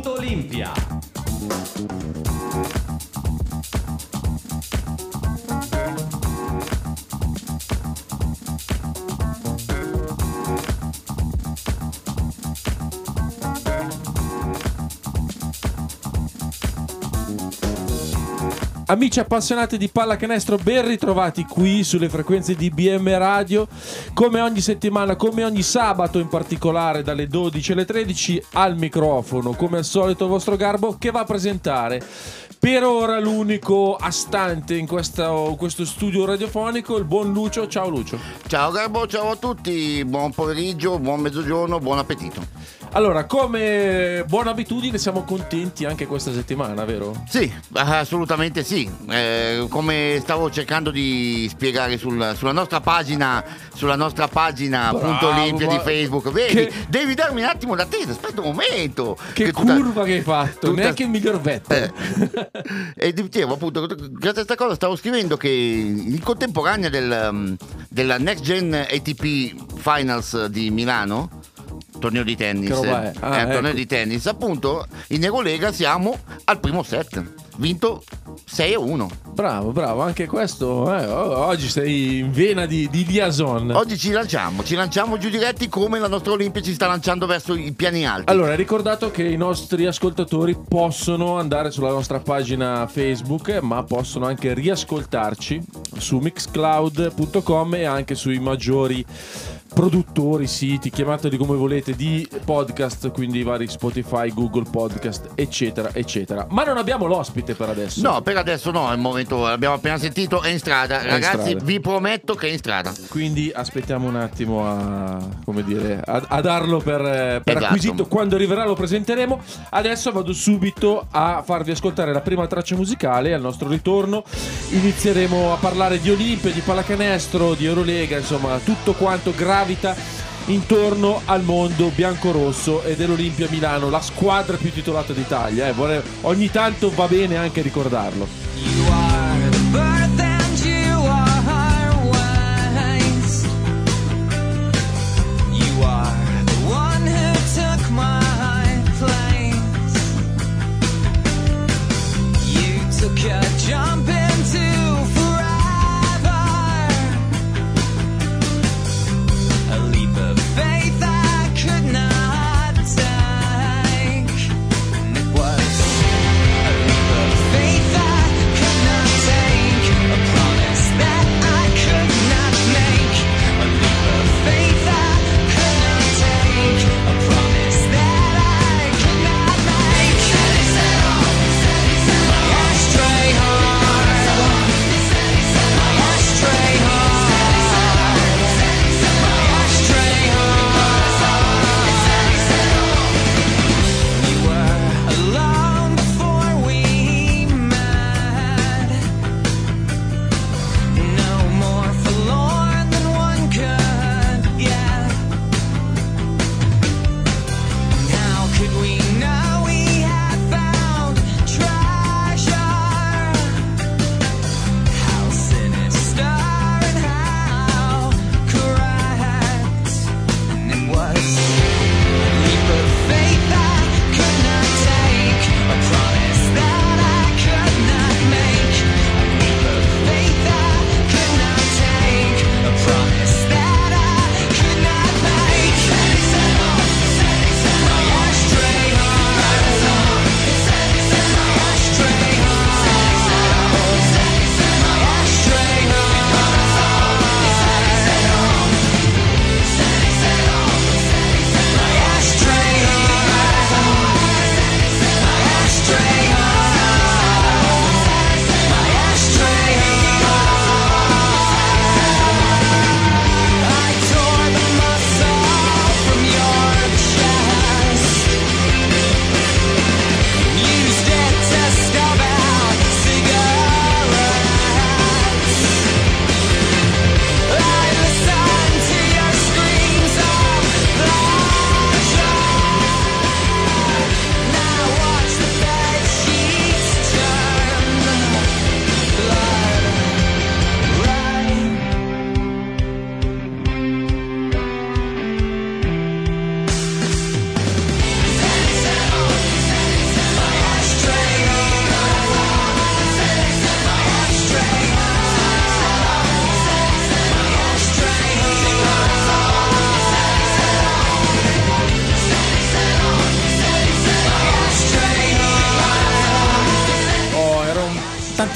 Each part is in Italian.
Olimpia. Amici appassionati di pallacanestro, ben ritrovati qui sulle frequenze di BM Radio. Come ogni settimana, come ogni sabato in particolare, dalle 12 alle 13, al microfono, come al solito, il vostro Garbo, che va a presentare per ora l'unico astante in questo studio radiofonico, il buon Lucio. Ciao Lucio. Ciao Garbo, ciao a tutti, buon pomeriggio, buon mezzogiorno, buon appetito. Allora, come buona abitudine, siamo contenti anche questa settimana, vero? Sì, assolutamente sì. Come stavo cercando di spiegare sulla nostra pagina Punto Olimpia di Facebook. Vedi, devi darmi un attimo d'attesa, aspetta un momento. Che curva che hai fatto, neanche il miglior Vettel. E dicevo appunto, grazie a questa cosa stavo scrivendo che in contemporanea della Next Gen ATP Finals di Milano, torneo di tennis, torneo di tennis, appunto in Eurolega siamo al primo set, vinto 6-1. Bravo, anche questo oggi sei in vena di liaison. Oggi ci lanciamo giù diretti, come la nostra Olimpia ci sta lanciando verso i piani alti. Allora, ricordato che i nostri ascoltatori possono andare sulla nostra pagina Facebook, ma possono anche riascoltarci su mixcloud.com e anche sui maggiori produttori, siti, chiamateli come volete, di podcast, quindi i vari Spotify, Google Podcast, eccetera. Ma non abbiamo l'ospite per adesso. No, per adesso no, al momento l'abbiamo appena sentito, è in strada. Ragazzi, vi prometto che è in strada. Quindi aspettiamo un attimo a darlo per esatto. Acquisito. Quando arriverà lo presenteremo. Adesso vado subito a farvi ascoltare la prima traccia musicale. Al nostro ritorno inizieremo a parlare di Olimpia, di pallacanestro, di Eurolega, insomma tutto quanto gravita intorno al mondo biancorosso e dell'Olimpia Milano, la squadra più titolata d'Italia. Ogni tanto va bene anche ricordarlo. You are the birth and you are wise. You are the one who took my place. You took a jump into forever, a leap of faith I could not take. And it was a leap of faith I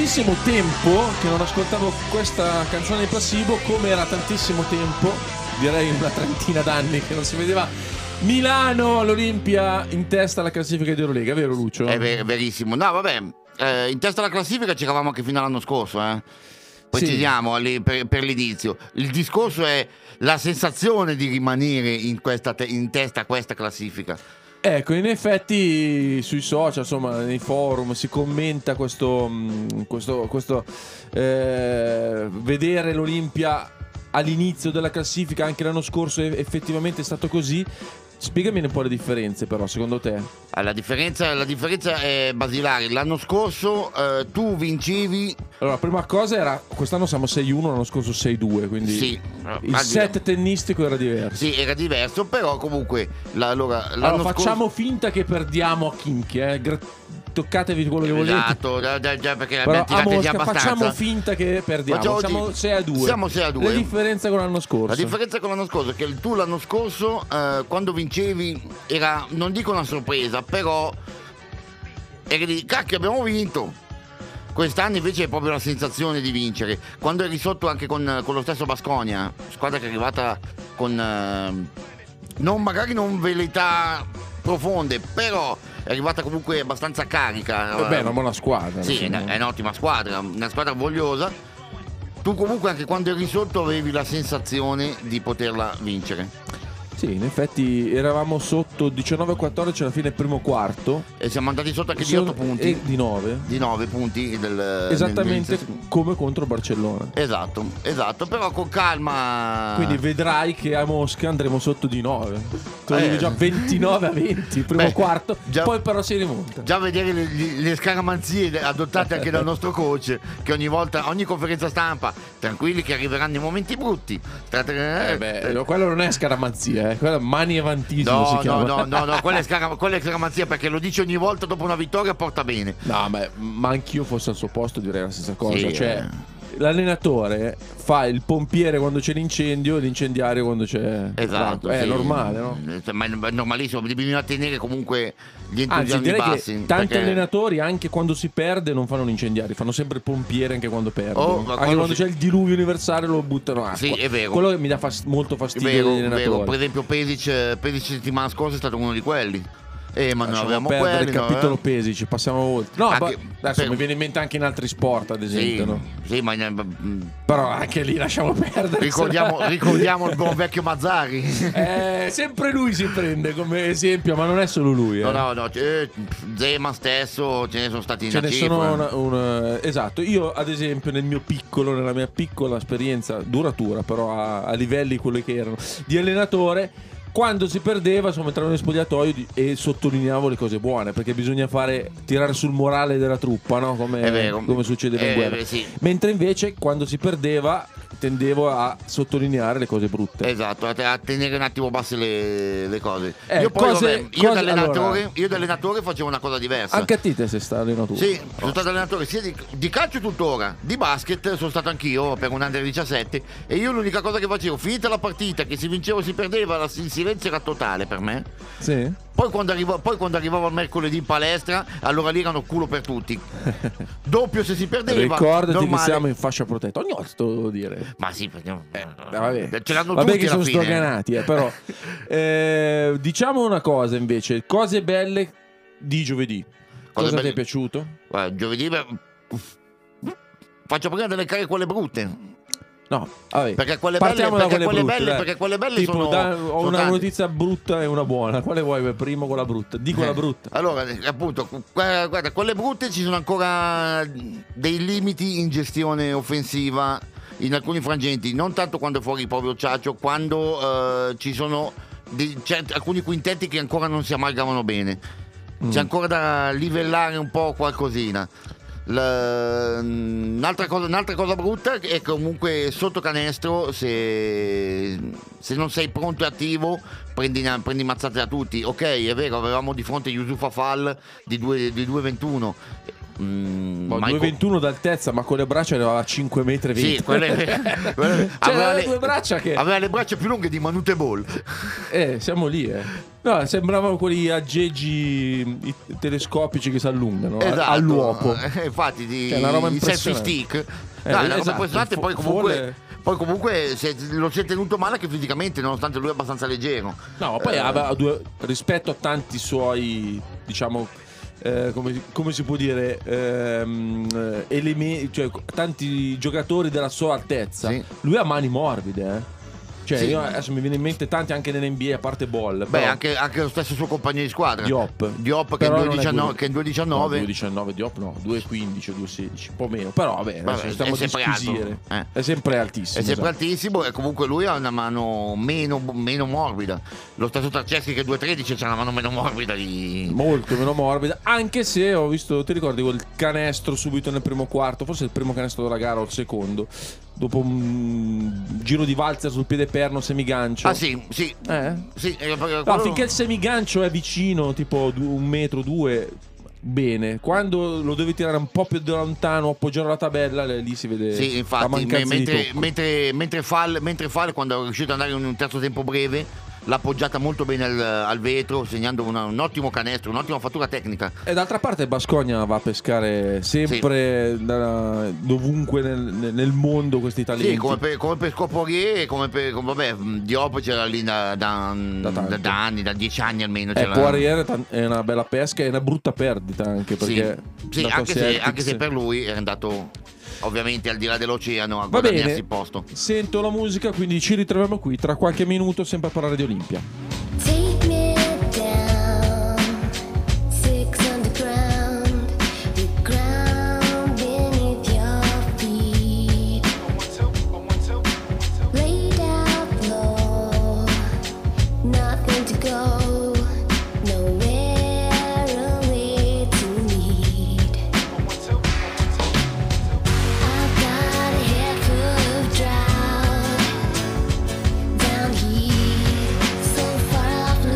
tantissimo tempo che non ascoltavo questa canzone di Placebo, come era tantissimo tempo, direi una trentina d'anni, che non si vedeva Milano all'Olimpia in testa alla classifica di Eurolega, vero Lucio? È verissimo. No, vabbè, in testa alla classifica ci eravamo anche fino all'anno scorso, Precisiamo per l'inizio. Il discorso è la sensazione di rimanere in testa a questa classifica. Ecco, in effetti sui social, insomma, nei forum si commenta questo vedere l'Olimpia all'inizio della classifica. Anche l'anno scorso effettivamente è stato così. Spiegami un po' le differenze, però, secondo te? La differenza è basilare. L'anno scorso tu vincevi. Allora, la prima cosa era, quest'anno siamo 6-1, l'anno scorso 6-2, quindi sì, il set tennistico era diverso. Sì, era diverso, però comunque allora facciamo finta che perdiamo a Kinky, toccatevi quello che volete. Esatto, già perché però abbiamo tirato già abbastanza. Facciamo finta che perdiamo. Siamo 6-2. Siamo 6-2. La differenza con l'anno scorso. La differenza con l'anno scorso è che tu l'anno scorso, quando vincevi, era, non dico una sorpresa, però era di cacchio, abbiamo vinto. Quest'anno invece è proprio la sensazione di vincere. Quando eri sotto anche con lo stesso Baskonia, squadra che è arrivata con magari non velleità profonde, però è arrivata comunque abbastanza carica. Beh, è una buona squadra. Sì, è un'ottima squadra, una squadra vogliosa. Tu comunque anche quando eri sotto avevi la sensazione di poterla vincere. Sì, in effetti eravamo sotto 19-14 alla fine primo quarto. E siamo andati sotto anche di 8 punti. Di 9. Di 9 punti. Esattamente come contro Barcellona. Esatto, però con calma. Quindi vedrai che a Mosca andremo sotto di 9. Te lo dico già 29-20, primo quarto, poi però si rimonta. Già vedere le scaramanzie adottate anche dal nostro coach, che ogni conferenza stampa, tranquilli che arriveranno i momenti brutti. Quello non è scaramanzia. Quella mani avantismo si chiama. No, quella è scaramanzia, perché lo dice ogni volta dopo una vittoria porta bene. No, ma anch'io fossi al suo posto direi la stessa cosa. Sì, cioè, l'allenatore fa il pompiere quando c'è l'incendio e l'incendiario quando c'è. Esatto. È normale, no? Ma è normalissimo, bisogna tenere comunque gli entusiasmi Anzi, direi bassi. Che tanti allenatori, anche quando si perde, non fanno l'incendiario, fanno sempre il pompiere anche quando perdono. Anche quando c'è il diluvio universale lo buttano acqua. Sì, è vero. Quello che mi dà molto fastidio degli allenatori. Vero. Per esempio Pesic settimana scorsa è stato uno di quelli. Ma non avevamo perdere quelli, il capitolo Pesic, passiamo oltre. No, adesso mi viene in mente anche in altri sport, ad esempio, no? Sì, ma però anche lì lasciamo perdere. Ricordiamo il buon vecchio Mazzari. Sempre lui si prende come esempio, ma non è solo lui. No, Zema stesso, ce ne sono stati in cifra. Esatto, io ad esempio nella mia piccola esperienza duratura, però a livelli quelli che erano di allenatore, quando si perdeva, insomma, entravo nel spogliatoio e sottolineavo le cose buone, perché bisogna tirare sul morale della truppa, no? Come succede in guerra. Sì. Mentre invece quando si perdeva tendevo a sottolineare le cose brutte. Esatto, a tenere un attimo basse le cose. Io da allenatore facevo una cosa diversa. Anche a te sei stato allenatore? Sì, sono stato allenatore sia di calcio tuttora, di basket sono stato anch'io per un under 17, e io l'unica cosa che facevo, finita la partita, che si vinceva o si perdeva, il silenzio era totale per me. Sì. Poi quando arrivavo il mercoledì in palestra, allora lì erano culo per tutti. Doppio se si perdeva. Ricordati normale. che siamo in fascia protetta. Ogni volta lo devo dire. Ma sì, vabbè. Ce l'hanno vabbè tutti che alla sono fine. sdoganati, però. Diciamo una cosa invece, cose belle di giovedì. Cosa ti è piaciuto? Guarda, giovedì faccio prima delle quelle brutte. No, vabbè. Perché quelle partiamo belle, da quelle brutte, perché quelle belle tipo, ho una tante. notizia brutta e una buona. Quale vuoi per primo? Quella brutta. Dico la brutta. Allora, appunto, guarda, quelle brutte, ci sono ancora dei limiti in gestione offensiva in alcuni frangenti, non tanto quando è fuori proprio Ciaccio, quando ci sono alcuni quintetti che ancora non si amalgamano bene. C'è ancora da livellare un po' qualcosina. Un'altra cosa brutta è comunque sotto canestro, se non sei pronto e attivo prendi mazzate da tutti. Ok, è vero, avevamo di fronte Yusufa Fall di 2-21, Michael- 2,21 d'altezza, ma con le braccia arrivava a 5,20 metri. Sì, Cioè, aveva, aveva due braccia che... aveva le braccia più lunghe di Manute Ball. Siamo lì, No, sembravano quegli aggeggi telescopici che si allungano Esatto. all'uopo. Infatti Cioè, una roba i selfie impressionante. stick. No, è una roba esatto, impressionante. il Poi fole- comunque lo si è tenuto male anche fisicamente, nonostante lui è abbastanza leggero. No, ma poi aveva rispetto a tanti suoi, diciamo, come si può dire, cioè, tanti giocatori della sua altezza. Sì. Lui ha mani morbide, Cioè, Sì. io adesso mi viene in mente tanti anche nell'NBA, a parte Ball. Beh, però- anche lo stesso suo compagno di squadra. Diop Che Però è non 2,19. Che è No, 2,19. 2,19 Diop no, 2,15 o 2,16, un po' meno. Però vabbè, Vabbè, adesso stiamo è a sempre disquisire. alto. È sempre altissimo. È sempre esatto. altissimo e comunque lui ha una mano meno morbida. Lo stesso Tarceschi che è 2,13 c'ha una mano meno morbida di... Molto meno morbida. Anche se ho visto, ti ricordi quel canestro subito nel primo quarto? Forse il primo canestro della gara o il secondo. Dopo un giro di valzer sul piede perno semigancio. Ah sì. Sì, perché no, quello- finché il semigancio è vicino, tipo 1 metro, 2, bene. Quando lo devi tirare un po' più da lontano, appoggiare la tabella, lì si vede Sì, la infatti, mancanza di tocco. mentre Fall, quando è riuscito ad andare in un terzo tempo breve, l'ha appoggiata molto bene al vetro, segnando un ottimo canestro, un'ottima fattura tecnica. E d'altra parte Baskonia va a pescare sempre dovunque nel mondo questi talenti. Sì, come per Scoporier e vabbè, Diop c'era lì da anni, da 10 anni almeno. E Poirier è una bella pesca e una brutta perdita anche perché Sì, dato anche se Celtics- per lui era andato ovviamente al di là dell'oceano a Va guadagnarsi bene, il posto. sento la musica, quindi ci ritroviamo qui tra qualche minuto sempre a parlare di Olimpia. Take me down, 6 underground, the ground beneath your feet. Laid out low, nothing to go, nowhere away to lead. I've got a head full of drought down here, so far off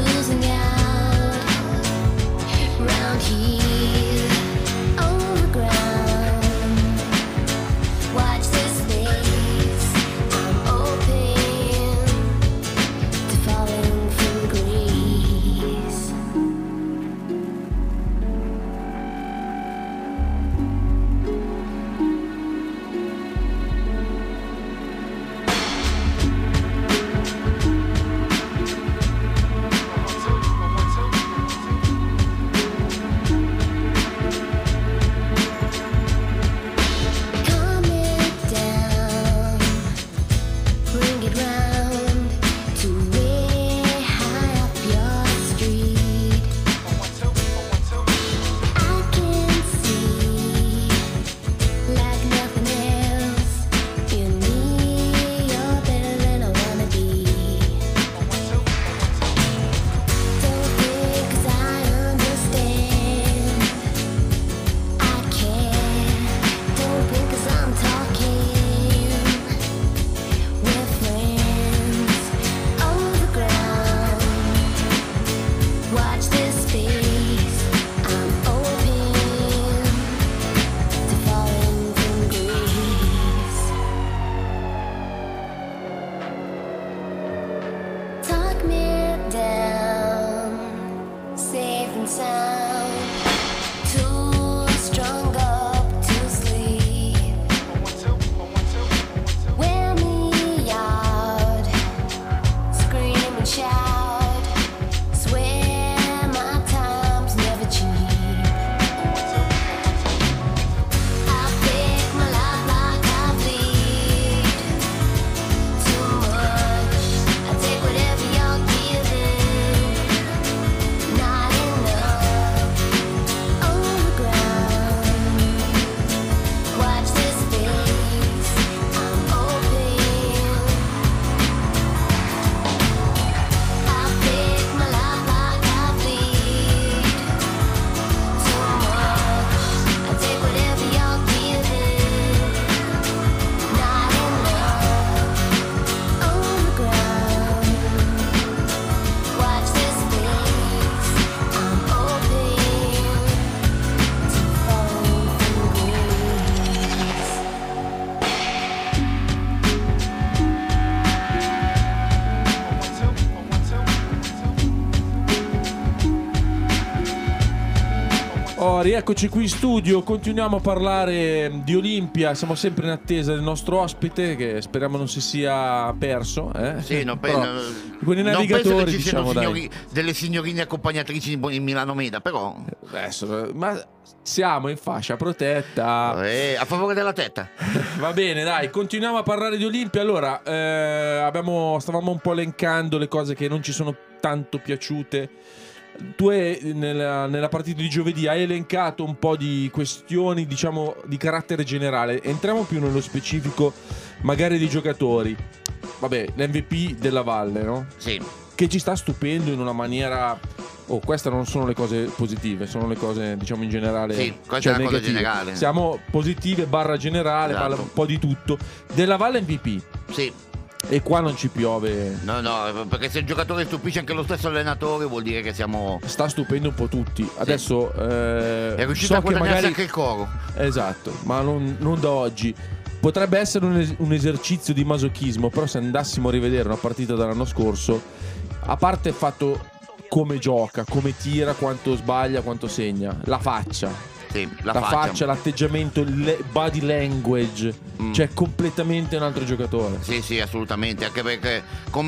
rieccoci qui in studio, continuiamo a parlare di Olimpia, siamo sempre in attesa del nostro ospite che speriamo non si sia perso. Sì, Però, con i navigatori, non penso che ci diciamo, siano dai. delle signorine accompagnatrici in Milano Meda, però Adesso, ma siamo in fascia protetta. a favore della tetta. Va bene, dai, continuiamo a parlare di Olimpia. Allora, stavamo un po' elencando le cose che non ci sono tanto piaciute. Tu nella partita di giovedì hai elencato un po' di questioni, diciamo, di carattere generale. Entriamo più nello specifico, magari dei giocatori. Vabbè, l'MVP della Valle, no? Sì. Che ci sta stupendo in una maniera... queste non sono le cose positive, sono le cose, diciamo, in generale. Sì, questa è una cosa negative. generale. Siamo positive / generale, Esatto. parla un po' di tutto. Della Valle MVP. Sì. E qua non ci piove. No, perché se il giocatore stupisce anche lo stesso allenatore vuol dire che siamo... Sta stupendo un po' tutti. Adesso È riuscito so a che guadagnarsi magari... anche il coro. Esatto, ma non da oggi. Potrebbe essere un esercizio di masochismo, però se andassimo a rivedere una partita dell'anno scorso, a parte il fatto come gioca, come tira, quanto sbaglia, quanto segna, la faccia. Sì, La faccia, l'atteggiamento, il body language, cioè completamente un altro giocatore. Sì, assolutamente, anche perché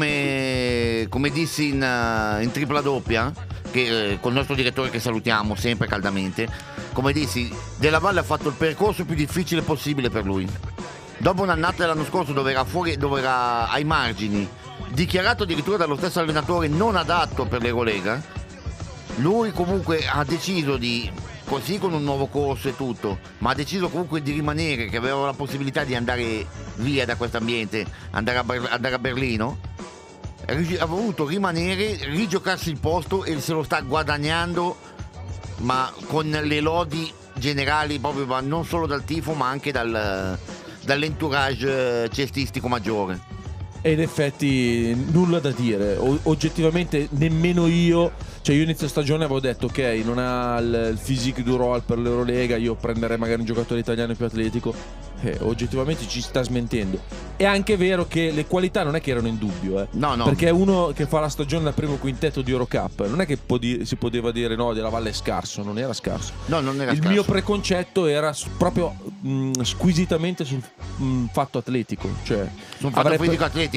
come dissi in tripla doppia, che, col nostro direttore che salutiamo sempre caldamente, come dissi, Della Valle ha fatto il percorso più difficile possibile per lui. Dopo un'annata dell'anno scorso dove era ai margini, dichiarato addirittura dallo stesso allenatore non adatto per l'Eurolega, lui comunque ha deciso di... così con un nuovo corso e tutto, ma ha deciso comunque di rimanere, che aveva la possibilità di andare via da questo ambiente, andare a Berlino. Ha voluto rimanere, rigiocarsi il posto e se lo sta guadagnando, ma con le lodi generali proprio, ma non solo dal tifo ma anche dall'entourage cestistico maggiore. E in effetti nulla da dire, oggettivamente nemmeno io. Cioè io inizio stagione avevo detto ok, non ha il physique du role per l'Eurolega, io prenderei magari un giocatore italiano più atletico. Oggettivamente ci sta smentendo. È anche vero che le qualità non è che erano in dubbio, No. Perché uno che fa la stagione da primo quintetto di Eurocup, non è che si poteva dire no, Della Valle è scarso, non era scarso. No, non era Il scarso. mio preconcetto era proprio squisitamente sul fatto atletico, cioè Su un fatto fisico atletico,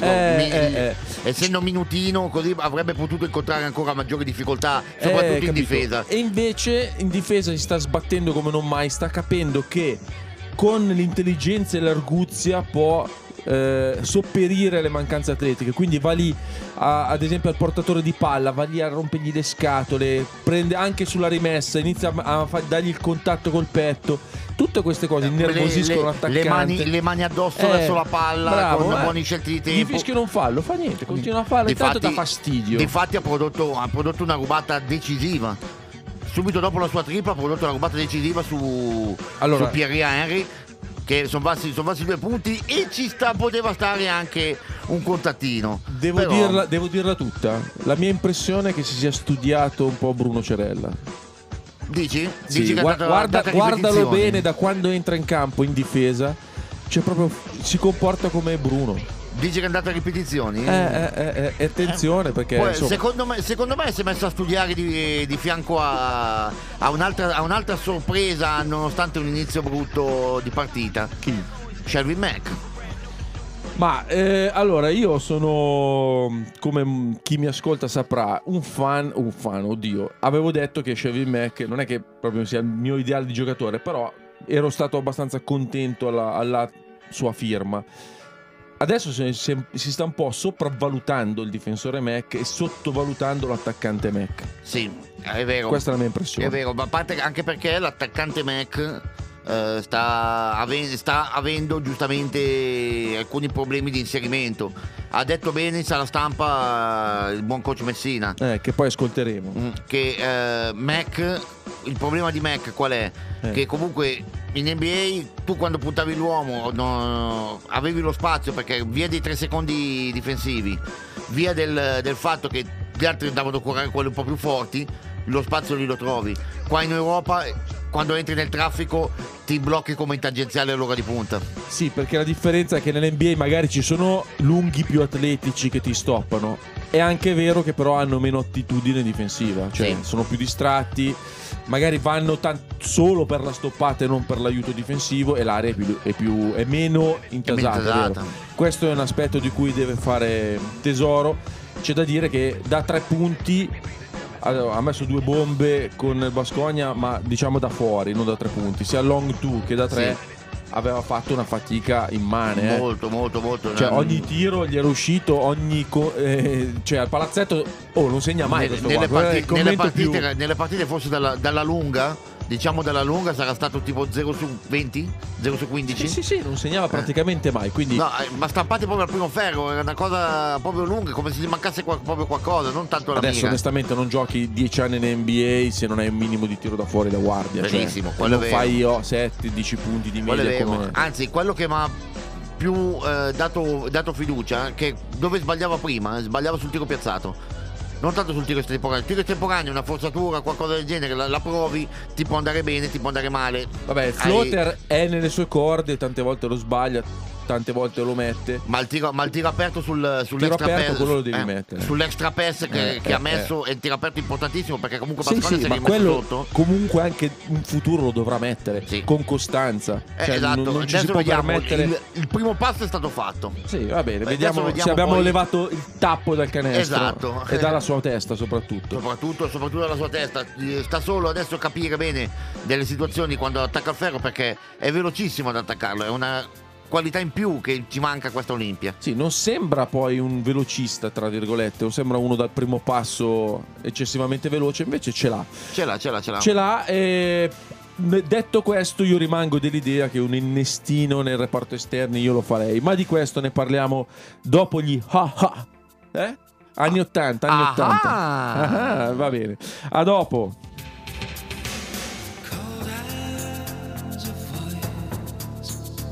essendo minutino, così avrebbe potuto incontrare ancora maggiori difficoltà, soprattutto in capito. difesa. E invece in difesa si sta sbattendo come non mai, sta capendo che con l'intelligenza e l'arguzia può sopperire le mancanze atletiche, quindi va lì ad esempio al portatore di palla, va lì a rompergli le scatole, prende anche sulla rimessa, inizia a dargli il contatto col petto. Tutte queste cose innervosiscono l'attaccante. Le mani addosso verso la palla, bravo, con buone scelte di tempo. Gli fischiano un fallo, fa niente, continua a farlo, intanto dà fastidio. Difatti ha prodotto una rubata decisiva. Subito dopo la sua tripla ha prodotto una rubata decisiva su Pierre Henry, che sono valsi 2 punti e poteva stare anche un contattino. Devo dirla tutta. La mia impressione è che si sia studiato un po' Bruno Cerella. Dici? Sì, Dici che guardalo bene da quando entra in campo in difesa, cioè proprio si comporta come Bruno. Dici che è andata a ripetizioni? Attenzione perché Poi, insomma... secondo me si è messo a studiare di fianco a un'altra sorpresa, nonostante un inizio brutto di partita. Chi? Shelby Mack. Ma allora io sono, come chi mi ascolta saprà, un fan, oddio. Avevo detto che Shelby Mack non è che proprio sia il mio ideale di giocatore, però ero stato abbastanza contento alla sua firma. Adesso si sta un po' sopravvalutando il difensore Mack e sottovalutando l'attaccante Mack. Sì, è vero. Questa è la mia impressione. È vero, ma a parte anche perché l'attaccante Mack sta avendo giustamente alcuni problemi di inserimento. Ha detto bene alla stampa il buon coach Messina, Che poi ascolteremo. che Mack, il problema di Mack qual è? Che comunque in NBA tu quando puntavi l'uomo avevi lo spazio, perché via dei 3 secondi difensivi, via del fatto che gli altri andavano a curare quelli un po' più forti, lo spazio lì lo trovi. Qua in Europa quando entri nel traffico ti blocchi come in tangenziale all'ora di punta. Sì, perché la differenza è che nell'NBA magari ci sono lunghi più atletici che ti stoppano. È anche vero che però hanno meno attitudine difensiva, cioè Sì. sono più distratti, magari vanno solo per la stoppata e non per l'aiuto difensivo, e l'area è meno intasata, intasata. vero? Questo è un aspetto di cui deve fare tesoro. C'è da dire che da 3 punti ha messo 2 bombe con il Baskonia, ma diciamo da fuori, non da 3 punti, sia long 2 che da 3. Sì. Aveva fatto una fatica immane, Molto. Cioè ogni tiro gli era uscito, cioè al palazzetto non segna mai questo nelle, qua. Quello è il commento più... nelle partite forse dalla lunga, diciamo dalla lunga, sarà stato tipo 0 su 20, 0 su 15. Sì, non segnava praticamente mai, quindi No, ma stampati proprio al primo ferro, era una cosa proprio lunga, come se gli mancasse proprio qualcosa, non tanto la adesso mira. onestamente non giochi 10 anni in NBA se non hai un minimo di tiro da fuori da guardia. Verissimo, cioè, quello non è fai 7-10 punti di Quello è media vero. come... Anzi, quello che mi ha più dato fiducia, che dove sbagliava prima, sbagliava sul tiro piazzato. Non tanto sul tiro estemporaneo. Il tiro estemporaneo, una forzatura, qualcosa del genere, la provi, ti può andare bene, ti può andare male. Vabbè, il floater è nelle sue corde, tante volte lo sbaglia, tante volte lo mette. Ma il tiro aperto sull'extra aperto, pass, quello lo devi mettere. Sull'extra pass che ha messo è il tiro aperto importantissimo, perché comunque Sì, Baskonia si è ma rimesso quello sotto. comunque anche in futuro lo dovrà mettere Sì. con costanza. Cioè, Esatto, non ci adesso si può vediamo, permettere. il primo passo è stato fatto. Sì, va bene, Beh, vediamo adesso se abbiamo poi- levato il tappo dal canestro Esatto. e dalla sua testa soprattutto. Soprattutto dalla sua testa. Sta solo adesso a capire bene delle situazioni quando attacca il ferro, perché è velocissimo ad attaccarlo, è una qualità in più che ci manca a questa Olimpia. Sì, non sembra poi un velocista, tra virgolette, o sembra uno dal primo passo eccessivamente veloce, invece ce l'ha. Ce l'ha e detto questo io rimango dell'idea che un innestino nel reparto esterni io lo farei, ma di questo ne parliamo dopo gli anni 80, anni 80. Ah, va bene. A dopo. Cold as a voice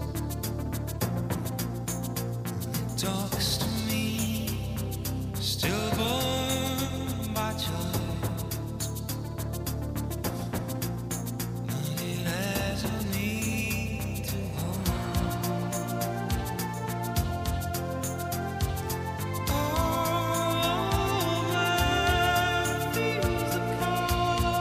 talks to me, stillborn by choice, but it has a need to hold. All that feels the cold.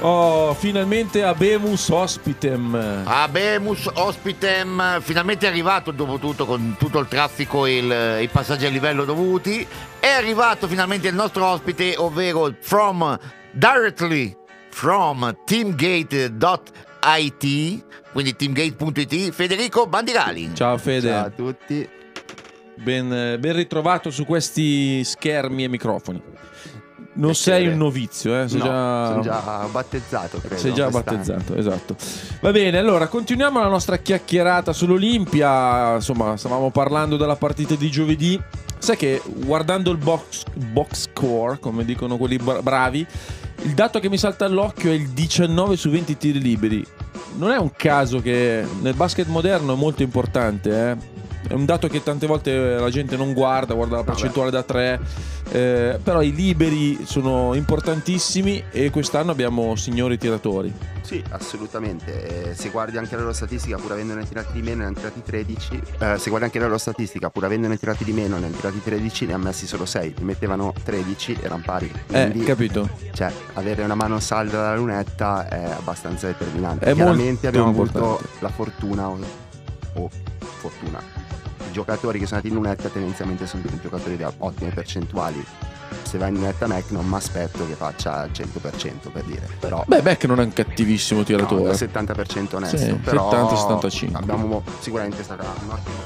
Oh, finalmente Habemus Hospitem. Habemus Hospitem, finalmente è arrivato dopo tutto, con tutto il traffico e i passaggi a livello dovuti. È arrivato finalmente il nostro ospite, ovvero directly from teamgate.it, quindi teamgate.it, Federico Bandirali. Ciao Fede. Ciao a tutti. Ben ritrovato su questi schermi e microfoni. Non sei un novizio, sei No, già... sono già battezzato, credo. Sei già quest'anno. battezzato, esatto. Va bene, allora continuiamo la nostra chiacchierata sull'Olimpia. Insomma, stavamo parlando della partita di giovedì. Sai che guardando il box score, come dicono quelli bravi, il dato che mi salta all'occhio è il 19 su 20 tiri liberi. Non è un caso che nel basket moderno è molto importante, È un dato che tante volte la gente non guarda la percentuale da 3, però i liberi sono importantissimi e quest'anno abbiamo signori tiratori. Sì, assolutamente. Se guardi anche la loro statistica, pur avendone tirati di meno, ne hanno tirati 13. Se guardi anche la loro statistica, pur avendone tirati di meno, ne hanno tirati 13, ne ha messi solo 6. Li mettevano 13, erano pari. Quindi, Capito? cioè, avere una mano salda dalla lunetta è abbastanza determinante. È Chiaramente molto abbiamo avuto importante. la fortuna o fortuna. I giocatori che sono andati in lunetta tendenzialmente sono tutti giocatori di ottime percentuali. Se vai in lunetta Mac non mi aspetto che faccia il 100%, per dire. Però Beck non è un cattivissimo no, tiratore. il 70% onesto, Sì, però 70-75. abbiamo sicuramente stata un'ottima.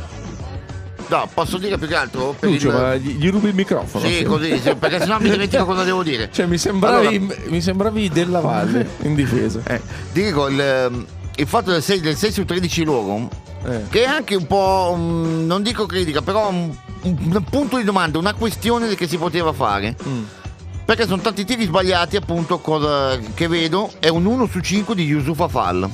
No, posso dire più che altro per Lucio, ma gli rubi il microfono? Sì, così, sì, perché sennò mi dimentico cosa devo dire. Cioè, mi sembravi della Valle in difesa. Dico, il fatto del 6 su 13 loro, che è anche un po', non dico critica, però un punto di domanda, una questione che si poteva fare. Perché sono tanti tiri sbagliati, appunto, cosa che vedo è un 1 su 5 di Yusuf Afal,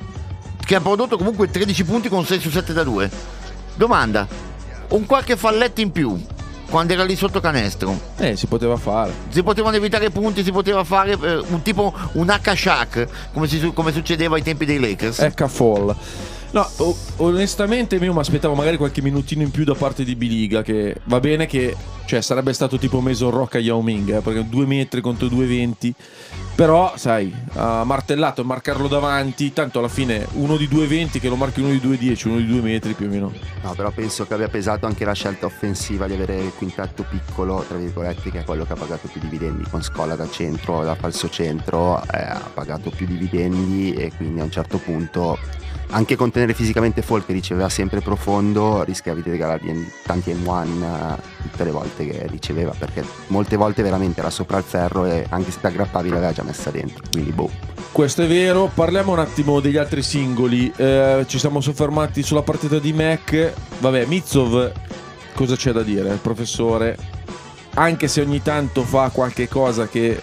che ha prodotto comunque 13 punti con 6 su 7 da 2. Domanda, un qualche falletto in più quando era lì sotto canestro, Si poteva fare. si potevano evitare punti, si poteva fare un tipo un H-Shaq come succedeva ai tempi dei Lakers. Fall. No, onestamente io mi aspettavo magari qualche minutino in più da parte di Biliga, che va bene che sarebbe stato tipo Mason Rock a Yao Ming, perché 2 metri contro 2,20, però sai, ha martellato a marcarlo davanti, tanto alla fine uno di 2,20 che lo marchi uno di 2,10, uno di 2 metri più o meno. No, però penso che abbia pesato anche la scelta offensiva di avere il quintetto piccolo, tra virgolette, che è quello che ha pagato più dividendi. Con Scola da centro, da falso centro, ha pagato più dividendi, e quindi a un certo punto anche contenere fisicamente Fall, che riceveva sempre profondo, rischiavi di regalargli tanti M1 tutte le volte che riceveva, perché molte volte veramente era sopra il ferro e anche se ti aggrappavi l'aveva già messa dentro, quindi boh. Questo è vero. Parliamo un attimo degli altri singoli. Ci siamo soffermati sulla partita di Mac. Vabbè, Mitsov, cosa c'è da dire? Il professore, anche se ogni tanto fa qualche cosa che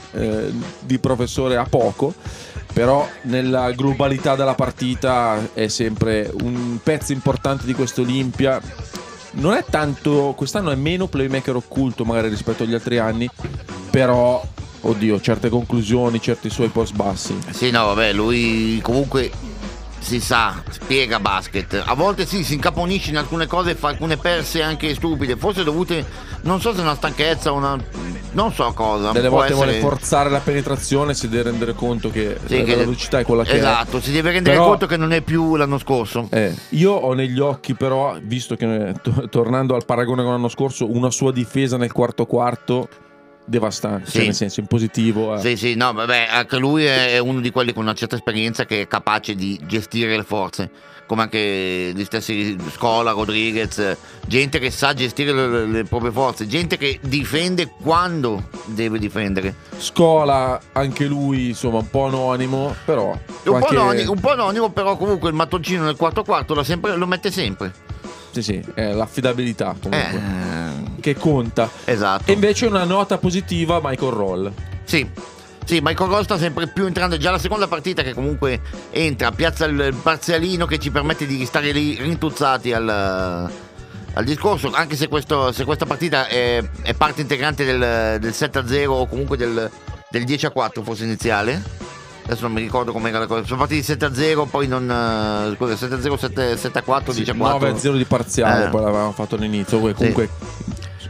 di professore ha poco, però nella globalità della partita è sempre un pezzo importante di questo Olimpia. Non è tanto, quest'anno è meno playmaker occulto magari rispetto agli altri anni, però oddio, certe conclusioni, certi suoi post bassi. Sì, no, vabbè, lui comunque si sa, spiega basket. A volte sì, si incaponisce in alcune cose e fa alcune perse anche stupide, forse dovute, non so se una stanchezza o non so cosa. Delle può volte vuole essere... forzare la penetrazione, si deve rendere conto che Sì, la velocità è quella che esatto, è. si deve rendere Però, conto che non è più l'anno scorso. Io ho negli occhi però, visto che tornando al paragone con l'anno scorso, una sua difesa nel quarto devastante, Sì. nel senso in positivo. Sì, no, vabbè, anche lui è uno di quelli con una certa esperienza che è capace di gestire le forze, come anche gli stessi Scola, Rodriguez, gente che sa gestire le proprie forze, gente che difende quando deve difendere. Scola, anche lui, insomma, un po' anonimo, però Un po' anonimo, però comunque il mattoncino nel quarto lo mette sempre. Sì, è l'affidabilità comunque che conta. Esatto. E invece una nota positiva Michael Roll. Sì, Michael Roll sta sempre più entrando. Già la seconda partita che comunque entra, piazza il parzialino che ci permette di stare lì rintuzzati al discorso, anche se questa partita è parte integrante del 7-0 o comunque del 10-4 forse iniziale. Adesso non mi ricordo com'era la cosa. Sono partiti 7-0, poi non. Scusa, 7-0, 7-4, 10-4. 9-0 di parziale, poi l'avevamo fatto all'inizio. Comunque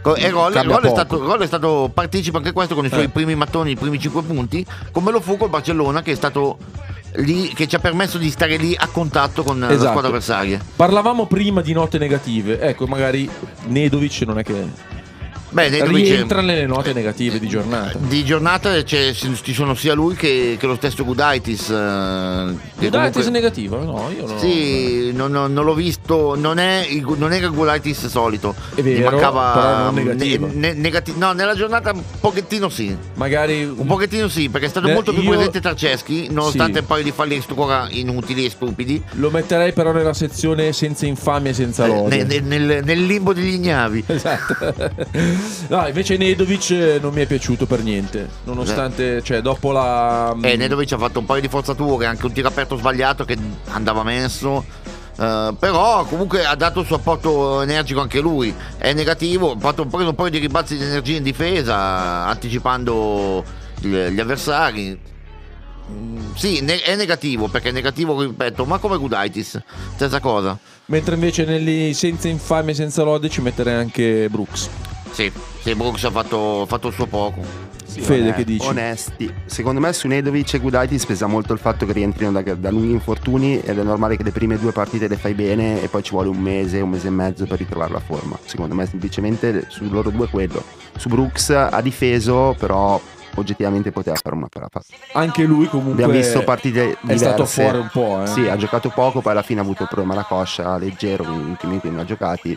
E Roll Cambia è poco. stato partecipa anche questo con i suoi primi mattoni, i primi 5 punti, come lo fu col Barcellona, che è stato lì, che ci ha permesso di stare lì a contatto con la Esatto. squadra avversaria. Parlavamo prima di note negative. Ecco, magari Nedovic non è che Beh, Nedovic rientra nelle note negative di giornata. di giornata ci sono sia lui che lo stesso Gudaitis. Che Gudaitis comunque- è negativo? No, io no. Sì, non l'ho visto, non era il Gulaitis solito. È Gli vero, mancava però non negativo. no, nella giornata un pochettino sì. Magari Un pochettino sì, perché è stato molto più io presente Tarceschi, nonostante sì. un paio di falli ancora inutili e stupidi. lo metterei però nella sezione senza infamia e senza lode. Nel limbo degli ignavi. Esatto. No, invece Nedovic non mi è piaciuto per niente. Nonostante, cioè, dopo la. Nedovic ha fatto un paio di forzature, anche un tiro aperto sbagliato che andava messo. Però comunque ha dato il suo apporto energico anche lui. È negativo, ha preso un paio di ribalzi di energia in difesa, anticipando gli avversari. Sì, è negativo, perché è negativo, ripeto, ma come Gudaitis, stessa cosa. Mentre invece negli senza infamia e senza lode ci metterei anche Brooks. Sì, Brooks ha fatto il suo poco. Sì, Fede, che dici? Onesti. Secondo me su Nedovic e Gudaitis pesa molto il fatto che rientrino da lunghi infortuni, ed è normale che le prime 2 partite le fai bene e poi ci vuole un mese e mezzo per ritrovare la forma. Secondo me semplicemente su loro due quello. Su Brooks ha difeso, però oggettivamente poteva fare una parata. Anche lui comunque Abbiamo visto partite è diverse. stato fuori un po'. Sì, ha giocato poco, poi alla fine ha avuto il problema alla coscia, leggero, quindi non ha giocati.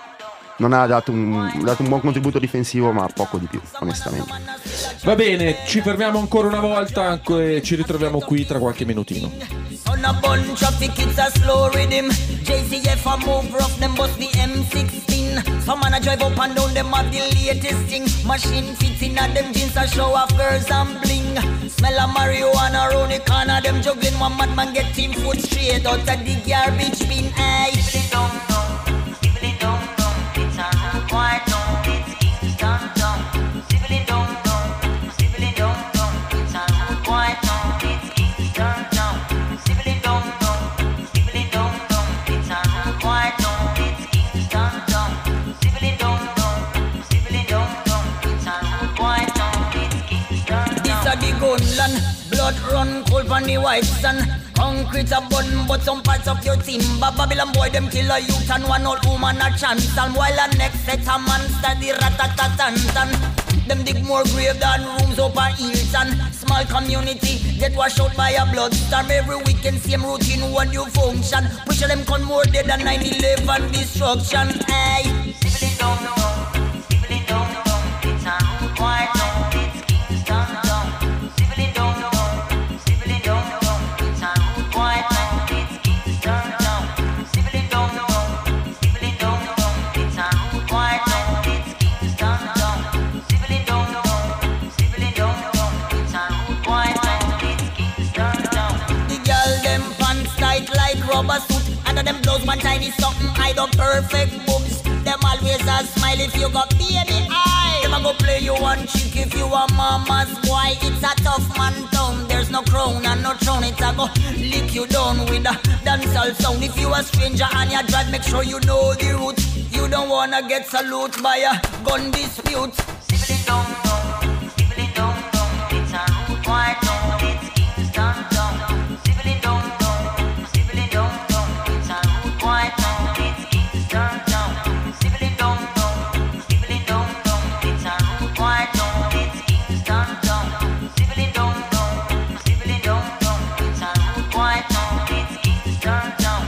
Non ha dato un buon contributo difensivo, ma poco di più, onestamente. Va bene, ci fermiamo ancora una volta e ci ritroviamo qui tra qualche minutino. On a bunch of the kids a slow rhythm. JCF a move rough, them bust the M16. Some man a drive up and down, them have the latest thing. Machine fits in at them jeans a show off girls and bling. Smell of marijuana round the corner, them juggling. One madman get team foot straight out of the garbage bin. Aye. Skibbly dum dum, skibbly dum dum. It's a rude white dum, it's Kingston dum. Skibbly dum dum, skibbly dum dum. It's a rude white dum, it's Kingston dum. Skibbly dum dum, skibbly dum dum. It's a rude white dum, it's Kingston dum. Skibbly dum dum, skibbly dum dum. It's a rude white dum, it's Kingston dum. This a the gunland, blood run cold on the white sun. Concrete a bun, but some parts of your team. Babylon boy, them kill a youth and one old woman a chance. And while the next set a man study rat-a-tat-tan-tan. Them dig more grave than rooms up a Hilton. Small community get washed out by a bloodstorm. Every weekend same routine, one new function. Push them con more dead than 9/11 destruction. Hey, skibbly dum dum, skibbly dum dum. It's a rude white dum, it's Kingston dum. Skibbly dum dum, skibbly dum dum. It's a rude white dum, it's Kingston dum. Skibbly dum dum, skibbly dum dum. It's a rude white dum, it's Kingston dum. Skibbly dum dum, skibbly dum dum. It's a rude white dum, it's Kingston dum. The girl them pants tight like rubber suit. Under them blouse one tiny something hide up perfect boobs. Them always a smile if you got baby eye. Them a go play you one chick if you a mama's boy. It's a tough man town. There's no crown and no throne. It's a go lick you down with a dancehall sound. If you a stranger and you drive, make sure you know the route. You don't wanna get salute by a gun dispute. Skibbly dum dum, skibbly dum dum. It's a rude white dum, it's Kingston dum. Skibbly dum dum, skibbly dum dum. It's a rude white dum, it's Kingston dum. Skibbly dum dum, skibbly dum dum. It's a rude white dum, it's Kingston dum. Skibbly dum dum, skibbly dum dum. It's a rude white dum, it's Kingston dum.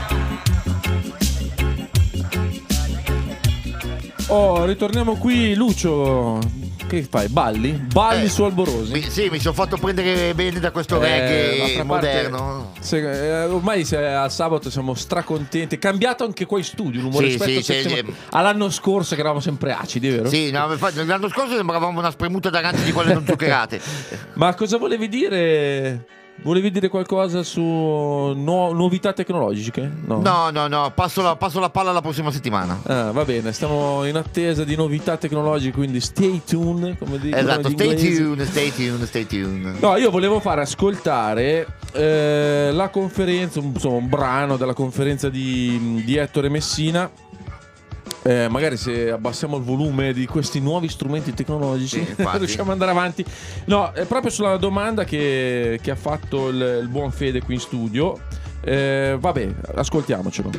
Oh, ritorniamo qui, Lucio. Che fai? Balli? Balli su Alborosi? Sì, mi sono fatto prendere bene da questo reggae d'altra parte, moderno. ormai al sabato siamo stracontenti. È cambiato anche qua in studio l'umore Sì, rispetto sì, all'anno scorso che eravamo sempre acidi, vero? Sì, no, infatti, l'anno scorso sembravamo una spremuta d'arancia di quelle non zuccherate. Ma cosa volevi dire? Volevi dire qualcosa su novità tecnologiche? No. No, passo la palla la prossima settimana. Ah, va bene, stiamo in attesa di novità tecnologiche, quindi stay tuned, come dicono Esatto, gli inglesi. stay tuned. No, io volevo fare ascoltare la conferenza, insomma un brano della conferenza di Ettore Messina, Magari se abbassiamo il volume di questi nuovi strumenti tecnologici Sì, infatti. riusciamo ad andare avanti. No, è proprio sulla domanda che ha fatto il buon Fede qui in studio. Vabbè, ascoltiamocelo.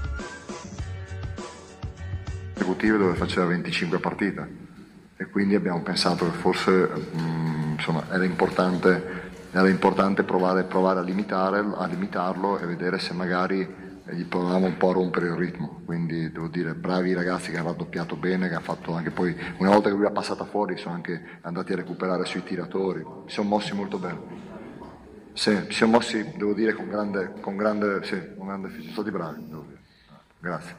Consecutive dove faceva 25 partite e quindi abbiamo pensato che forse insomma, era importante provare a limitarlo e vedere se magari gli provavamo un po' a rompere il ritmo. Quindi devo dire, bravi i ragazzi che hanno raddoppiato bene, che hanno fatto anche poi, una volta che lui ha passata fuori, sono anche andati a recuperare sui tiratori, si sono mossi molto bene. Sì, si sono mossi, devo dire, con grande sono stati bravi, devo dire. Grazie.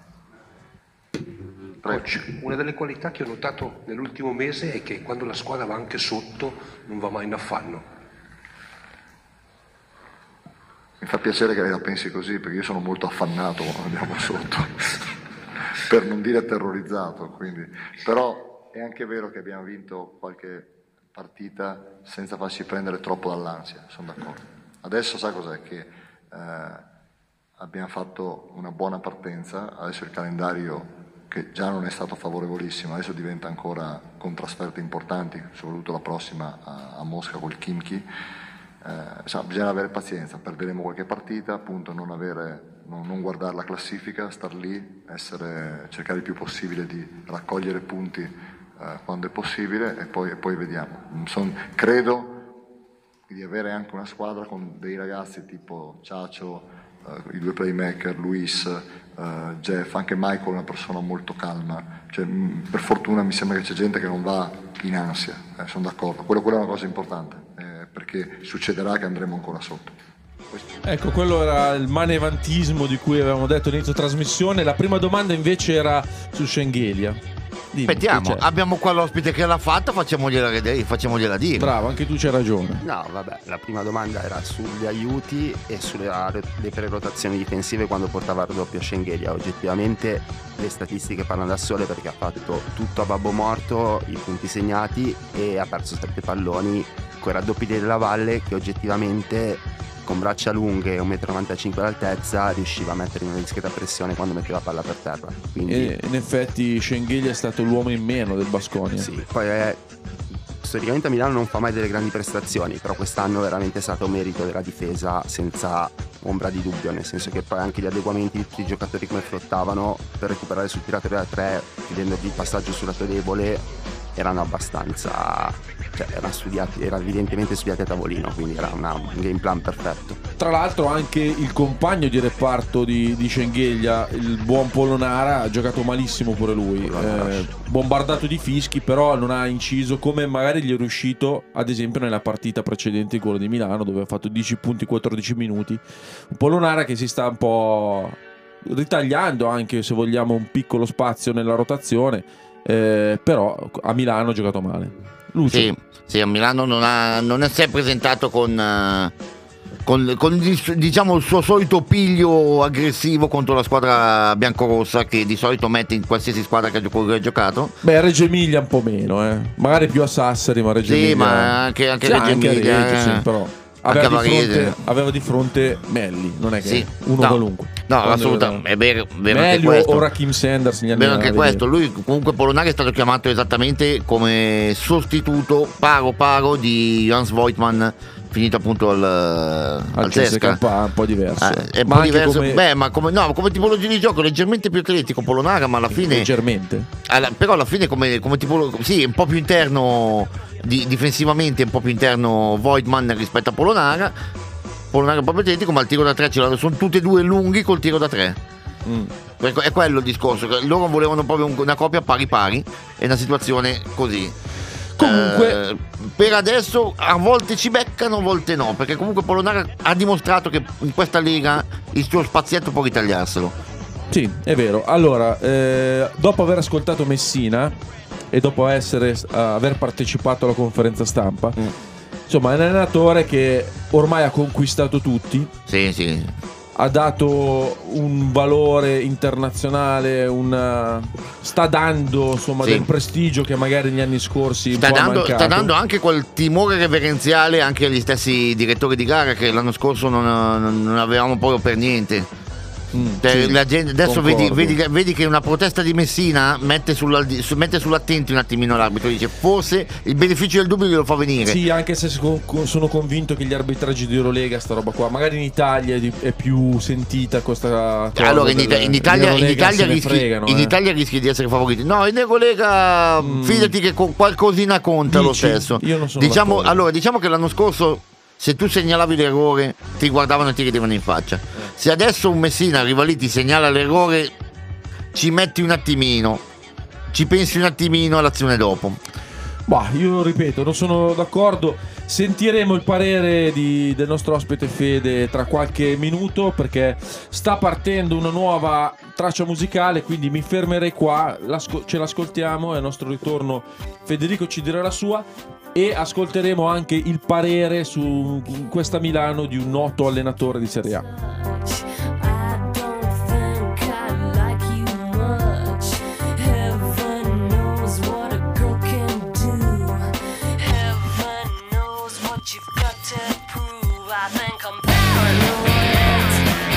Coach, una delle qualità che ho notato nell'ultimo mese è che quando la squadra va anche sotto non va mai in affanno. Mi fa piacere che lei la pensi così, perché io sono molto affannato quando andiamo sotto, per non dire terrorizzato. Quindi. Però è anche vero che abbiamo vinto qualche partita senza farci prendere troppo dall'ansia, sono d'accordo. Adesso sa cos'è? Che abbiamo fatto una buona partenza, adesso il calendario che già non è stato favorevolissimo, adesso diventa ancora con trasferte importanti, soprattutto la prossima a Mosca col Khimki. Bisogna avere pazienza, perderemo qualche partita, appunto non guardare la classifica, star lì, cercare il più possibile di raccogliere punti quando è possibile e poi vediamo. Credo di avere anche una squadra con dei ragazzi tipo Ciacio, i due playmaker, Luis, Jeff, anche Michael, una persona molto calma. Cioè, per fortuna mi sembra che c'è gente che non va in ansia, sono d'accordo. Quella è una cosa importante, perché succederà che andremo ancora sotto. Ecco, quello era il manevantismo di cui avevamo detto all'inizio trasmissione. La prima domanda invece era su Schengelia. Dimmi, Aspettiamo, che c'è? abbiamo qua l'ospite che l'ha fatta, facciamogliela dire. Bravo, anche tu c'hai ragione. No, vabbè, la prima domanda era sugli aiuti e sulle le prerotazioni difensive quando portava il raddoppio a Schengelia. Oggettivamente le statistiche parlano da sole, perché ha fatto tutto a babbo morto, i punti segnati, e ha perso 7 palloni con i raddoppi della Valle, che oggettivamente con braccia lunghe e 1,95 m d'altezza riusciva a mettere in una discreta pressione quando metteva palla per terra. Quindi E in effetti Schengelia è stato l'uomo in meno del Baskonia. sì, poi storicamente a Milano non fa mai delle grandi prestazioni, però quest'anno veramente è stato merito della difesa senza ombra di dubbio, nel senso che poi anche gli adeguamenti di tutti i giocatori come flottavano per recuperare sul tiratore da 3, chiudendo il passaggio sul lato debole, erano abbastanza, cioè era evidentemente studiati a tavolino, quindi era un game plan perfetto. Tra l'altro anche il compagno di reparto di Schengelia, il buon Polonara, ha giocato malissimo pure lui, bombardato di fischi, però non ha inciso come magari gli è riuscito ad esempio nella partita precedente, in quello di Milano, dove ha fatto 10 punti 14 minuti. Un Polonara che si sta un po' ritagliando anche, se vogliamo, un piccolo spazio nella rotazione, però a Milano ha giocato male. Lucio. Sì, a Milano non si è presentato con diciamo il suo solito piglio aggressivo contro la squadra biancorossa, che di solito mette in qualsiasi squadra che ha giocato. Beh, a Reggio Emilia un po' meno, magari più a Sassari, ma Reggio Emilia. Sì, ma anche Sì, Reggio anche a Emilia, Reggio, sì, però anche a Varese. aveva di fronte Melli, non è che Sì, uno no, qualunque. No, Quando assolutamente, è vero anche Melli questo. o Rakim Sanders negli anni Vero anche 90. questo. Lui comunque Polonara è stato chiamato esattamente come sostituto paro di Jans Voigtman, finito appunto al CSKA, CSKA. un po' diverso. È un Ma po' anche diverso. come- Come tipologia di gioco leggermente più atletico Polonara, ma alla fine leggermente. però alla fine come tipologia, sì, è un po' più interno difensivamente, è un po' più interno Voigtman rispetto a Polonara. Polonara è un po' più atletico, ma il tiro da 3 sono tutti e due lunghi col tiro da 3. È quello il discorso, che loro volevano proprio una coppia pari pari, è una situazione così. Comunque per adesso a volte ci beccano, a volte no, perché comunque Polonara ha dimostrato che in questa lega il suo spazietto può ritagliarselo. Sì, è vero. Allora, dopo aver ascoltato Messina e dopo aver partecipato alla conferenza stampa, insomma, è un allenatore che ormai ha conquistato tutti. Sì. Ha dato un valore internazionale, sta dando insomma Sì. del prestigio che magari negli anni scorsi un po' ha mancato. Sta dando anche quel timore reverenziale anche agli stessi direttori di gara che l'anno scorso non avevamo proprio per niente. Cioè, sì, la gente, adesso concordo. vedi che una protesta di Messina mette sull'attenti un attimino l'arbitro, dice forse il beneficio del dubbio glielo fa venire. Sì, anche se sono convinto che gli arbitraggi di Eurolega, sta roba qua, magari in Italia è più sentita questa cosa. Allora in Italia Italia rischi di essere favoriti. No, in Eurolega fidati che qualcosina conta lo Dici? stesso. Io non sono d'accordo. Diciamo che l'anno scorso se tu segnalavi l'errore ti guardavano e ti ridevano in faccia. Se adesso un Messina arriva lì, ti segnala l'errore, ci metti un attimino, ci pensi un attimino all'azione dopo. Bah, io ripeto, non sono d'accordo. Sentiremo il parere del nostro ospite Fede tra qualche minuto, perché sta partendo una nuova traccia musicale, quindi mi fermerei qua, ce l'ascoltiamo e al nostro ritorno Federico ci dirà la sua e ascolteremo anche il parere su questa Milano di un noto allenatore di Serie A. I don't think I like you much. Heaven knows what a girl can do. Heaven knows what you've got to prove. I think I'm paranoid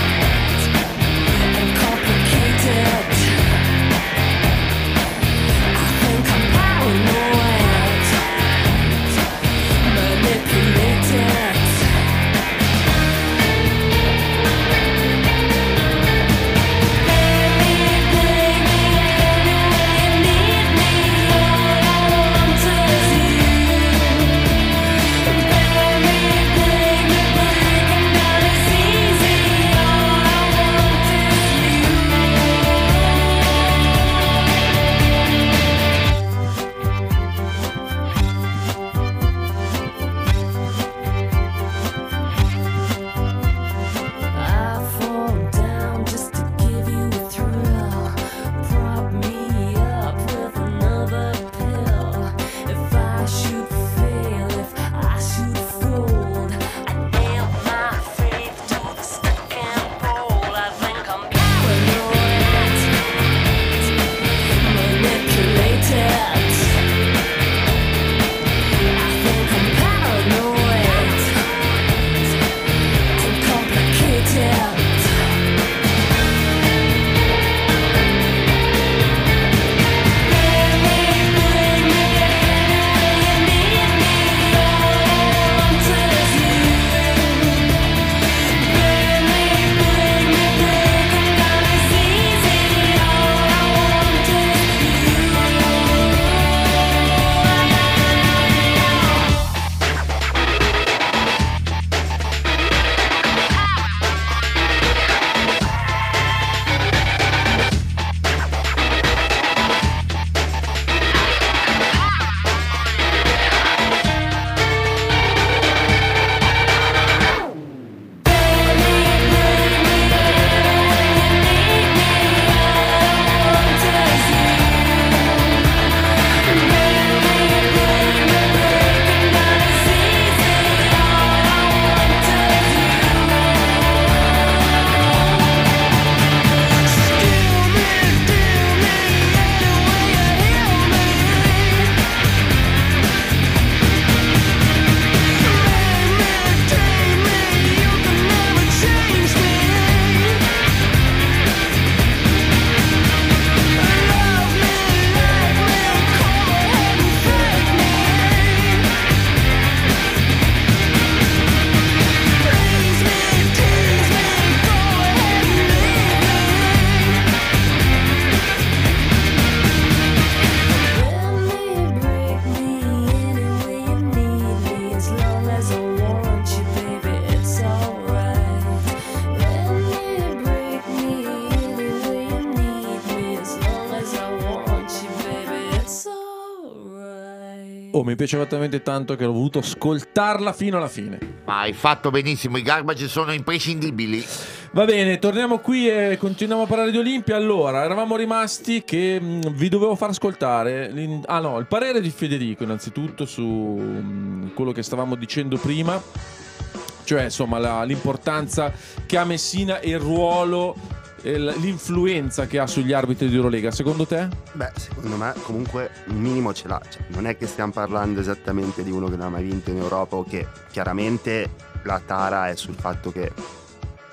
and complicated. I think I'm paranoid, manipulated. I fall down just to give you a thrill. Prop me up with another pill. If I should fail, if I should fold, I nail my faith to the second pole. I think I'm paranoid, manipulated. I think I'm paranoid and complicated. Oh, mi piaceva talmente tanto che ho voluto ascoltarla fino alla fine. Ma hai fatto benissimo, i Garbage sono imprescindibili. Va bene, torniamo qui e continuiamo a parlare di Olimpia. Allora, eravamo rimasti che vi dovevo far ascoltare il parere di Federico innanzitutto su quello che stavamo dicendo prima, cioè insomma l'importanza che ha Messina e il ruolo, l'influenza che ha sugli arbitri di Eurolega. Secondo te? Beh, secondo me comunque un minimo ce l'ha, cioè, non è che stiamo parlando esattamente di uno che non ha mai vinto in Europa o che chiaramente la tara è sul fatto che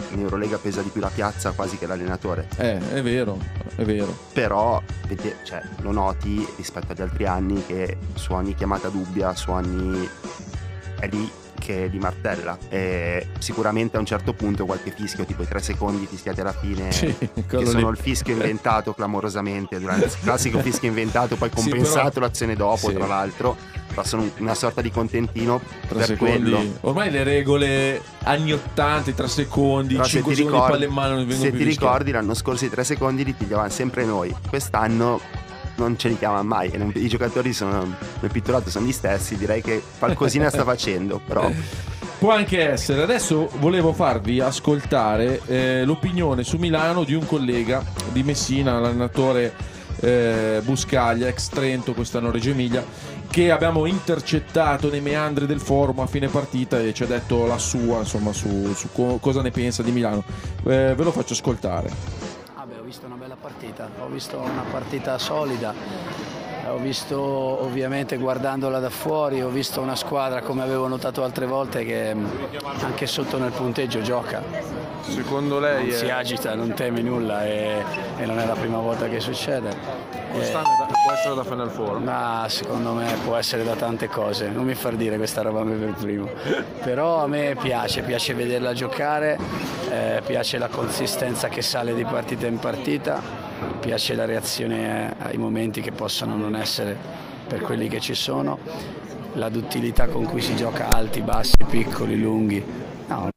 in Eurolega pesa di più la piazza quasi che l'allenatore. È vero, è vero. Però cioè, lo noti rispetto agli altri anni che su ogni chiamata dubbia, su ogni è lì che li martella, e sicuramente a un certo punto qualche fischio, tipo i 3 secondi fischiati alla fine, Sì, che sono il fischio inventato clamorosamente durante il classico fischio inventato, poi Sì, compensato però- l'azione dopo, sì. tra l'altro, però sono una sorta di contentino 3 per secondi. quello. Ormai le regole anni 80, i 3 secondi, Però 5 secondi di palla in mano non vengono se più ti fischiati. ricordi, l'anno scorso i 3 secondi li pigliavano sempre noi, quest'anno non ce li chiama mai, e i giocatori sono nel pitturato sono gli stessi, direi che qualcosina sta facendo, però Può anche essere. Adesso volevo farvi ascoltare l'opinione su Milano di un collega di Messina, l'allenatore Buscaglia, ex Trento, quest'anno Reggio Emilia, che abbiamo intercettato nei meandri del forum a fine partita e ci ha detto la sua, insomma, su cosa ne pensa di Milano. Ve lo faccio ascoltare. Ho visto una bella partita, ho visto una partita solida, ho visto ovviamente guardandola da fuori, ho visto una squadra come avevo notato altre volte che anche sotto nel punteggio gioca. Secondo lei Non si agita, non teme nulla e non è la prima volta che succede. può essere da Final Four? Ma secondo me può essere da tante cose, non mi far dire questa roba a me per primo, però a me piace vederla giocare, piace la consistenza che sale di partita in partita, piace la reazione ai momenti che possono non essere per quelli che ci sono, la duttilità con cui si gioca alti, bassi, piccoli, lunghi. No.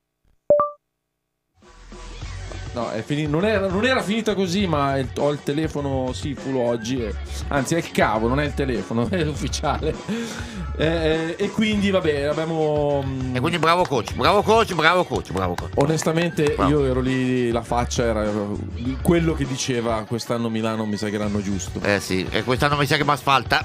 No, non era finita così, ma ho il telefono full oggi. Anzi, è il cavo, non è il telefono, è ufficiale. E quindi, vabbè, abbiamo. E quindi bravo coach. Onestamente, Bravo. io ero lì, la faccia era quello che diceva quest'anno Milano mi sa che l'hanno giusto. Sì, e quest'anno mi sa che mi asfalta.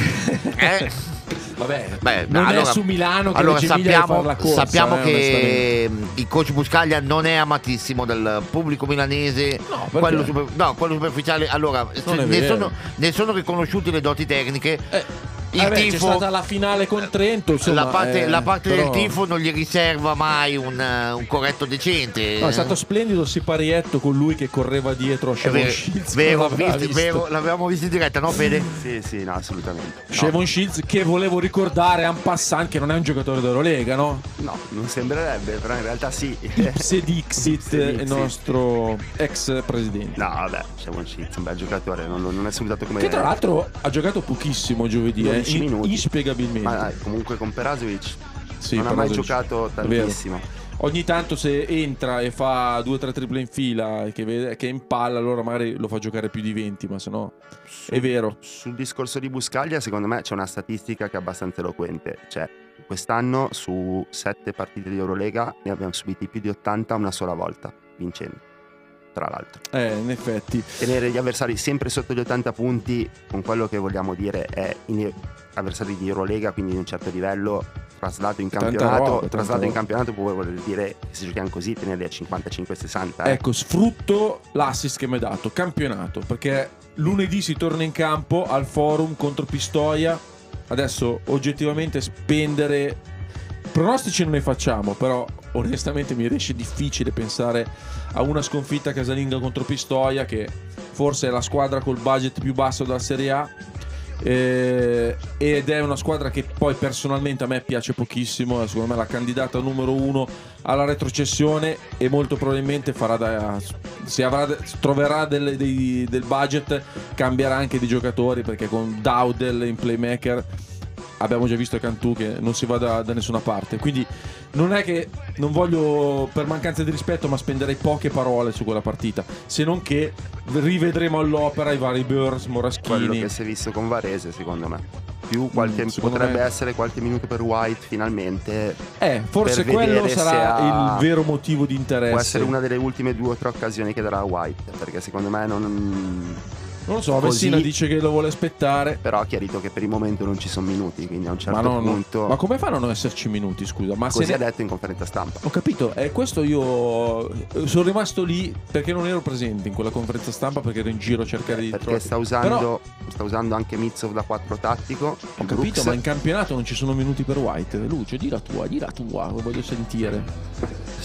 Vabbè, Beh, non allora- è su Milano che allora Reggio Emilia deve fare la corsa. sappiamo che onestamente. il coach Buscaglia non è amatissimo del pubblico milanese, No, perché? quello superficiale. Allora, Non è vero. ne sono riconosciute le doti tecniche. Il Vabbè, c'è tifo, stata la finale con Trento, insomma, la parte però- del tifo non gli riserva mai un corretto decente. No, è stato splendido il siparietto con lui che correva dietro a Shevon Shields. Vero, non l'aveva visto. l'avevamo visto in diretta, no Fede? sì, no, assolutamente. Shevon Shields, che volevo ricordare en passant che non è un giocatore d'Eurolega, no? No, non sembrerebbe, però in realtà sì. Ipse Dixit, il nostro ex presidente. No, vabbè, c'è un Shields, un bel giocatore, non è salutato come Che tra l'altro ha giocato pochissimo giovedì, 12 minuti. inspiegabilmente. Ma comunque con Perasovic Sì, non ha mai Perasovic. giocato È vero. tantissimo. Ogni tanto se entra e fa 2 o 3 triple in fila e che è in palla, allora magari lo fa giocare più di 20, ma se no è vero. Sul discorso di Buscaglia, secondo me c'è una statistica che è abbastanza eloquente. Cioè, quest'anno su 7 partite di Eurolega ne abbiamo subiti più di 80 una sola volta, vincendo. Tra l'altro, In effetti. tenere gli avversari sempre sotto gli 80 punti, con quello che vogliamo dire è avversari di Eurolega, quindi di un certo livello, traslato in Tanta campionato. roba, Traslato tanta in roba. campionato può voler dire che se giochiamo così, tenerli a 55-60. Ecco, sfrutto l'assist che mi hai dato, campionato, perché lunedì si torna in campo al forum contro Pistoia. Adesso oggettivamente spendere pronostici non ne facciamo, però onestamente mi riesce difficile pensare a una sconfitta casalinga contro Pistoia, che forse è la squadra col budget più basso della Serie A, ed è una squadra che poi personalmente a me piace pochissimo, è secondo me la candidata numero 1 alla retrocessione, e molto probabilmente troverà del budget, cambierà anche di giocatori, perché con Dowdle in playmaker abbiamo già visto Cantù che non si va da nessuna parte. Quindi non è che non voglio per mancanza di rispetto, ma spenderei poche parole su quella partita, se non che rivedremo all'opera i vari Burns, Quello Moraschini. che si è visto con Varese, secondo me. Più secondo potrebbe me- essere qualche minuto per White finalmente. Forse per quello vedere sarà se ha- il vero motivo di interesse. Può essere una delle ultime 2 o 3 occasioni che darà White, perché secondo me Non lo so, così- Vessina dice che lo vuole aspettare. però ha chiarito che per il momento non ci sono minuti, quindi a un certo Ma, punto ma come fanno a non esserci minuti, scusa? Ma così se ha ne... detto in conferenza stampa. Ho capito, questo io sono rimasto lì perché non ero presente in quella conferenza stampa, perché ero in giro a cercare di Perché trovare. sta usando anche Mitsov da 4 tattico. Ho capito, ma in campionato non ci sono minuti per White. Lucio, di la tua, lo voglio sentire.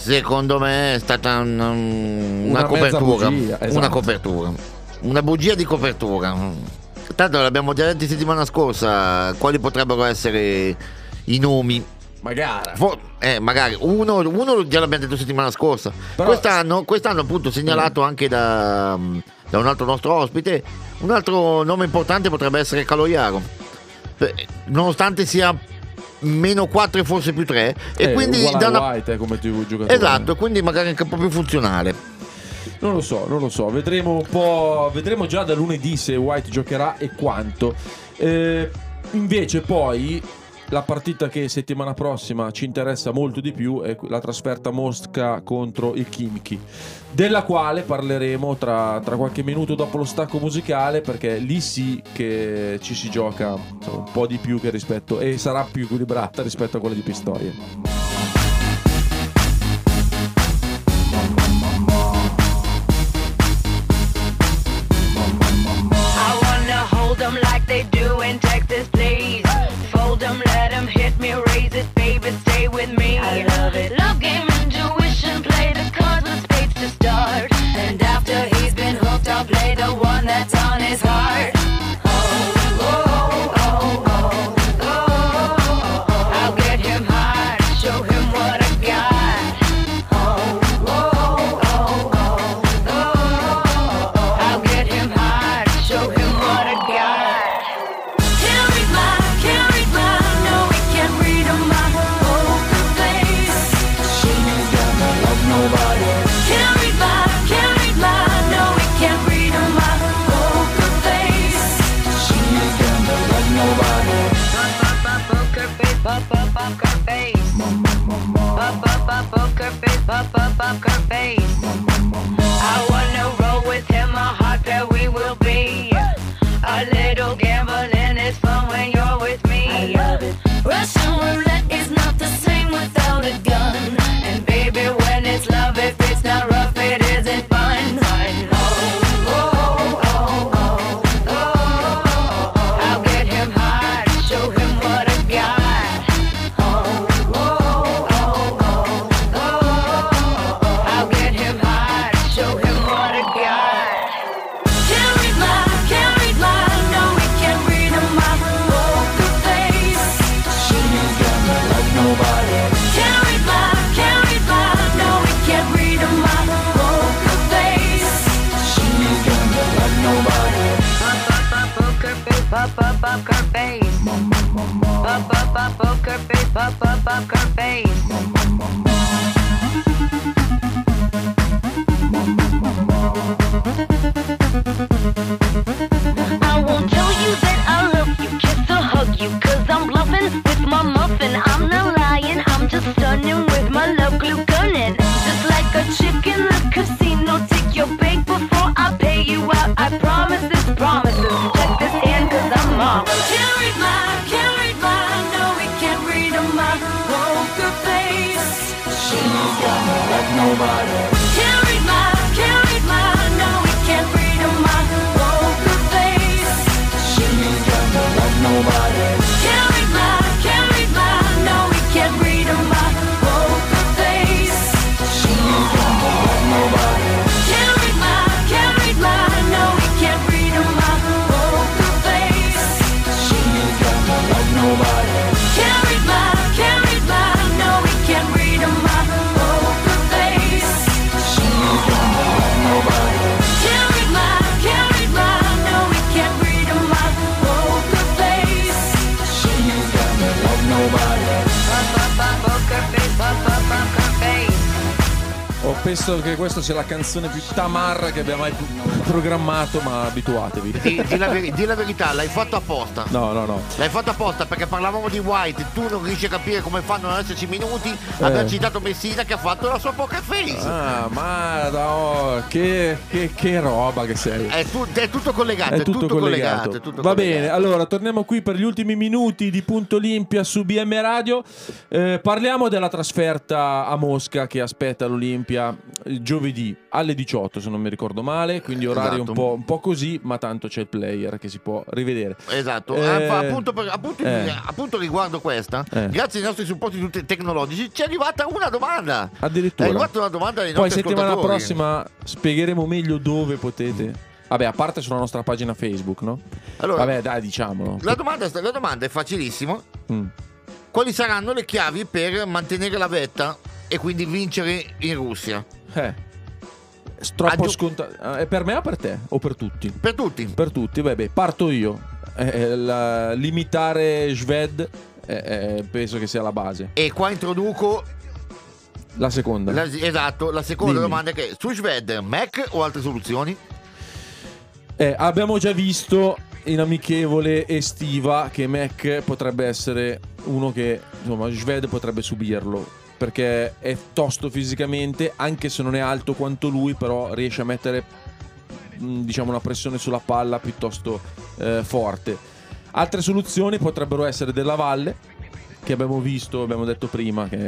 Secondo me è stata una Una copertura. mezza bugia, esatto. Una copertura. Una bugia di copertura. Tanto l'abbiamo già detto settimana scorsa quali potrebbero essere i nomi. Magari. Magari uno già l'abbiamo detto settimana scorsa. Però- Quest'anno appunto segnalato anche da un altro nostro ospite. Un altro nome importante potrebbe essere Caloiaro, nonostante sia meno 4 e forse più 3, e quindi uguale da a una... White, come tu giocatore. Esatto, quindi magari anche un po' più funzionale. Non lo so, vedremo un po'. Vedremo già da lunedì se White giocherà e quanto. Invece poi la partita che settimana prossima ci interessa molto di più è la trasferta Mosca contro il Khimki, della quale parleremo tra qualche minuto dopo lo stacco musicale, perché lì sì che ci si gioca insomma, un po' di più che rispetto, e sarà più equilibrata rispetto a quella di Pistoia. I wanna hold them like they do in Texas, please. Fold them, let them hit me, raise it, baby, stay with me. I love it. Love game, intuition, play the cards with spades to start. And after he's been hooked, I'll play the one that's on his heart. I'll get him hard, show him what I got. I'll get him hard, show him what I got. Can't read my, no, he can't read my poker face. She ain't gonna love nobody. Can't read my, no, he can't read my poker face. She ain't gonna love nobody. Poker face, poker face. Poker face, poker face. I wanna roll with him, a hot pair we will be. A little gambling is fun when you're with me. I love it. Russian roulette is not the same without a gun. And baby, when it's love, if it's not rough, it isn't fun. I'll get him hard, show him what I got. I'll get him hard, show him what I got. Can't read my, no, he can't read my poker face. She ain't gonna love nobody. Can't read my, no, he can't read my poker face. She ain't gonna love nobody. Poker face, poker face. Poker face, poker face. I won't tell you that I love you, kiss or hug you, cause I'm bluffing with my muffin. I'm not lying, I'm just stunning with my love glue gunning. Just like a chick in the casino, take your bait before I pay you out. I promise this, promises. Check this in, cause I'm off. Can't read my, no, he can't read my poker face. She ain't gonna love nobody. Can't read my, no, he can't read my poker face. She ain't gonna love nobody. Can't read my, no, he can't read my poker face. She ain't gonna love nobody. Can't read my, no, he can't read my poker face. She ain't gonna love nobody. Can't read my, no, he can't read my poker face. She ain't gonna love nobody. Can't read my, no, he can't read my poker face. She ain't gonna love nobody. Poker face, poker face. Penso che questa sia la canzone più tamarra che abbia mai programmato, ma abituatevi. Di la verità, l'hai fatto apposta. No. L'hai fatto apposta perché parlavamo di White, tu non riesci a capire come fanno ad esserci minuti. Abbiamo citato Messina che ha fatto la sua poker face. Ah, ma no, che roba che sei. È tutto collegato, È tutto collegato. è tutto Va collegato. bene, allora torniamo qui per gli ultimi minuti di Punto Olimpia su BM Radio. Parliamo della trasferta a Mosca che aspetta l'Olimpia sarà giovedì alle 18 se non mi ricordo male, quindi orario Esatto. un po' così, ma tanto c'è il player che si può rivedere. Esatto, appunto riguardo questa, grazie ai nostri supporti tutti tecnologici, ci è arrivata una domanda. Addirittura. È arrivata una domanda ai Poi nostri settimana ascoltatori. prossima spiegheremo meglio dove potete. Vabbè, a parte sulla nostra pagina Facebook, no? Allora, vabbè, dai, diciamolo. La domanda è facilissima. Mm. Quali saranno le chiavi per mantenere la vetta e quindi vincere in Russia? Troppo scontato. È per me o per te? O per tutti? Per tutti. Per tutti, vabbè, parto io. Limitare Sved penso che sia la base. E qua introduco la seconda. La seconda Dimmi. domanda che è: su Sved, Mac o altre soluzioni? Abbiamo già visto in amichevole estiva che Mac potrebbe essere uno che, insomma, Sved potrebbe subirlo, perché è tosto fisicamente, anche se non è alto quanto lui, però riesce a mettere, diciamo, una pressione sulla palla piuttosto forte. Altre soluzioni potrebbero essere della Valle, che abbiamo visto, abbiamo detto prima, che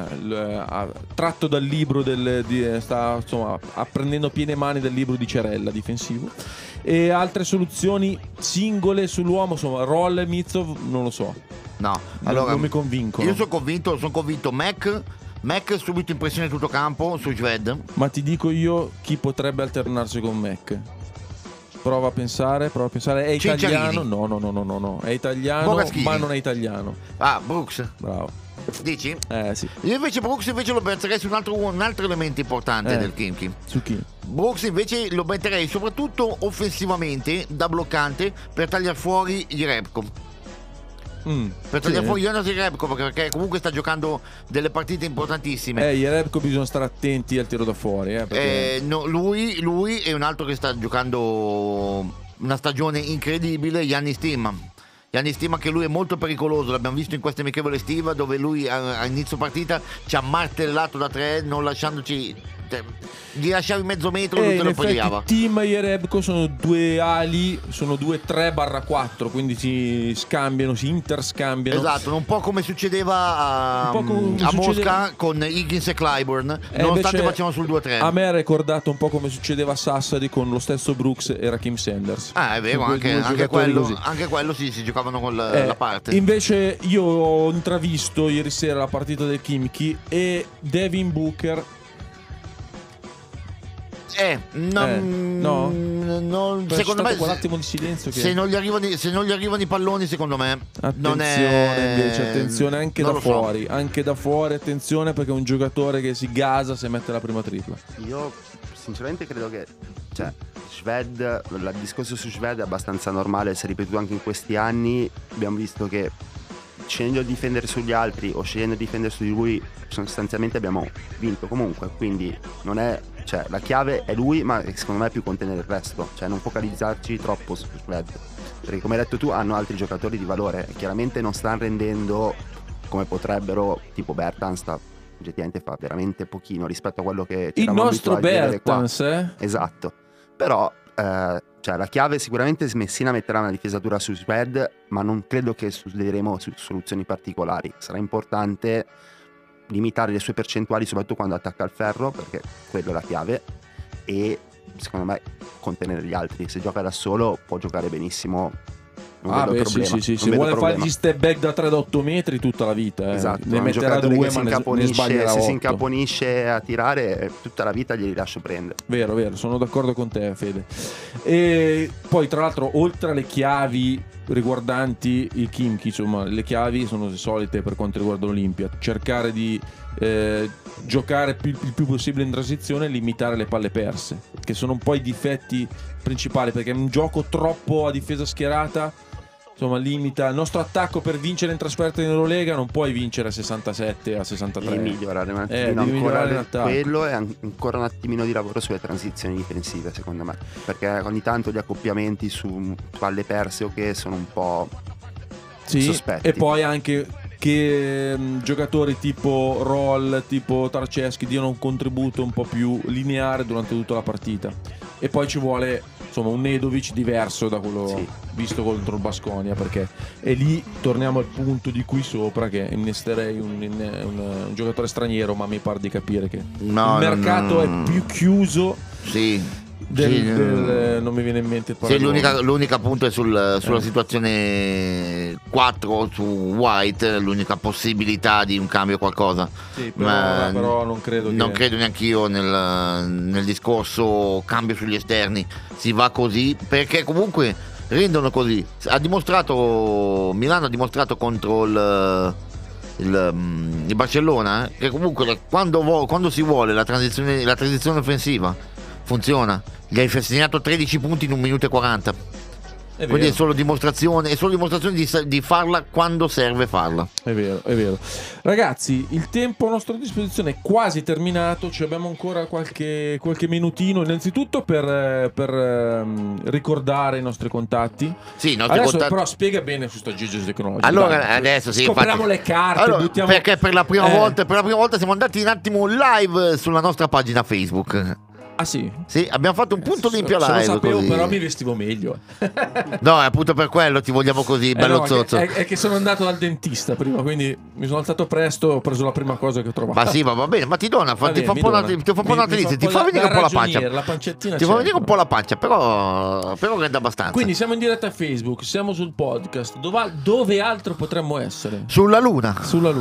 tratto dal libro sta insomma apprendendo piene mani dal libro di Cerella difensivo, e altre soluzioni singole sull'uomo, insomma Roll e Mizov non lo so. No, allora non mi convincono. Io sono convinto Mac subito in pressione tutto campo su Sved. Ma ti dico io chi potrebbe alternarsi con Mac. Prova a pensare. È italiano? No. È italiano, Bogaschini. ma non è italiano. Ah, Brooks. Bravo. Dici? Sì. Io invece Brooks lo metterei su un altro elemento importante del Kimchi. Su chi? Brooks invece lo metterei soprattutto offensivamente da bloccante per tagliare fuori gli Repko. Per tagliare fuori Jonas Jerebko, perché comunque sta giocando delle partite importantissime. Jerebko bisogna stare attenti al tiro da fuori, perché... no, lui è un altro che sta giocando una stagione incredibile, Giannis Stima, che lui è molto pericoloso, l'abbiamo visto in questa amichevole estiva dove lui a inizio partita ci ha martellato da tre, non lasciandoci, gli lasciavi mezzo metro, lui te lo prelevava. Team e Jerebko sono due ali, sono 2-3/4, quindi si scambiano, si interscambiano. Esatto, un po' come succedeva a Mosca con Higgins e Clyburn, nonostante facevano sul 2-3. A me ha ricordato un po' come succedeva a Sassari con lo stesso Brooks e Rakim Sanders. È vero, anche quello si giocavano con la parte. Invece io ho intravisto ieri sera la partita del Kimchi e Devin Booker. No, secondo me un attimo di silenzio che... se non gli arrivano i palloni, secondo me non è invece, attenzione anche non da fuori, anche da fuori, attenzione, perché è un giocatore che si gasa se mette la prima tripla. Io sinceramente credo che Sved, il discorso su Sved è abbastanza normale, si è ripetuto anche in questi anni. Abbiamo visto che scegliendo di difendere sugli altri o scegliendo di difendere su di lui, sostanzialmente abbiamo vinto comunque, quindi non è, la chiave è lui, ma secondo me è più contenere il resto, non focalizzarci troppo su Sved, perché come hai detto tu hanno altri giocatori di valore e chiaramente non stanno rendendo come potrebbero, tipo Bertans oggettivamente fa veramente pochino rispetto a quello che il nostro Bertans, esatto, però la chiave sicuramente Messina metterà una difesatura su Sved, ma non credo che vedremo soluzioni particolari. Sarà importante limitare le sue percentuali, soprattutto quando attacca il ferro, perché quella è la chiave, e secondo me contenere gli altri. Se gioca da solo può giocare benissimo. Non vedo problema. Sì. Se vuole fare gli step back da 3 da 8 metri tutta la vita, esatto, ne metterà 2, ma ne sbaglierà 8. Se si incaponisce a tirare tutta la vita glieli lascio prendere. Vero, sono d'accordo con te, Fede. E poi tra l'altro, oltre alle chiavi riguardanti il Kimchi, insomma, le chiavi sono le solite per quanto riguarda l'Olimpia: cercare di giocare il più possibile in transizione e limitare le palle perse, che sono un po' i difetti principali, perché un gioco troppo a difesa schierata, insomma, limita il nostro attacco. Per vincere in trasferta in Eurolega non puoi vincere a 67 a 63, devi migliorare un attimino, devi migliorare in attacco. Quello è ancora un attimino di lavoro sulle transizioni difensive, secondo me, perché ogni tanto gli accoppiamenti su palle perse sono un po' sospetti. E poi anche che giocatori tipo Roll, tipo Tarceschi diano un contributo un po' più lineare durante tutta la partita. E poi ci vuole insomma un Nedovic diverso da quello visto contro il Baskonia, perché e lì torniamo al punto di qui sopra, che innesterei un giocatore straniero, ma mi pare di capire che il mercato è più chiuso non mi viene in mente il paragone. L'unica punto è sulla situazione 4 su White, l'unica possibilità di un cambio qualcosa. Sì, però non credo neanche io nel discorso cambio sugli esterni. Si va così perché comunque rendono così. Milano ha dimostrato contro il Barcellona che comunque quando si vuole la transizione offensiva funziona. Gli hai segnato 13 punti in 1 minuto e 40. Quindi è solo dimostrazione di farla quando serve farla. È vero. Ragazzi, il tempo a nostra disposizione è quasi terminato. Ci abbiamo ancora qualche minutino. Innanzitutto per ricordare i nostri contatti. Sì, i nostri adesso contatti. Però spiega bene su sto Gigi's Technology. Allora, adesso scopriamo le carte. Buttiamo... Perché per la prima volta siamo andati un attimo live sulla nostra pagina Facebook. Ah sì? Sì, abbiamo fatto un punto limpio live. Lo sapevo, così. però mi vestivo meglio. No, è appunto per quello ti vogliamo così, bello no, zozzo. È che sono andato dal dentista prima, quindi mi sono alzato presto, ho preso la prima cosa che ho trovato. Ma sì, ma va bene, ma ti dona, ti fa un po' una delizia, ti fa venire un po' la pancia. La pancettina ti fa venire un po' la pancia, però rende abbastanza. Quindi siamo in diretta a Facebook, siamo sul podcast. Dove altro potremmo essere? Sulla Luna.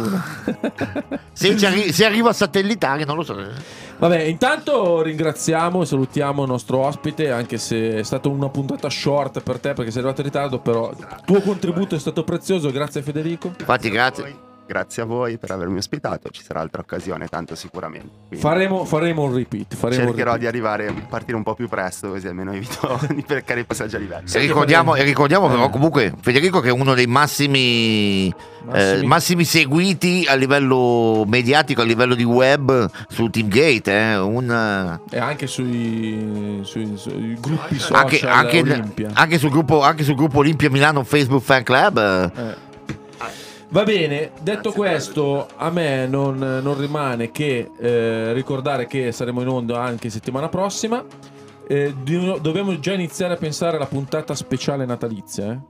Se arriva a satellitare, non lo so. Vabbè, intanto ringraziamo e salutiamo il nostro ospite, anche se è stata una puntata short per te perché sei arrivato in ritardo, però il tuo contributo è stato prezioso, grazie Federico. Infatti grazie. Grazie a voi per avermi ospitato, ci sarà altra occasione, tanto sicuramente. Quindi faremo un repeat. Cercherò di partire un po' più presto, così almeno evito di beccare i passaggi a livello. E ricordiamo però comunque Federico che è uno dei massimi seguiti a livello mediatico, a livello di web su Teamgate, e anche sui gruppi social Olimpia. Anche sul gruppo Olimpia Milano Facebook Fan Club. Va bene, detto questo, a me non rimane che ricordare che saremo in onda anche settimana prossima. Dobbiamo già iniziare a pensare alla puntata speciale natalizia.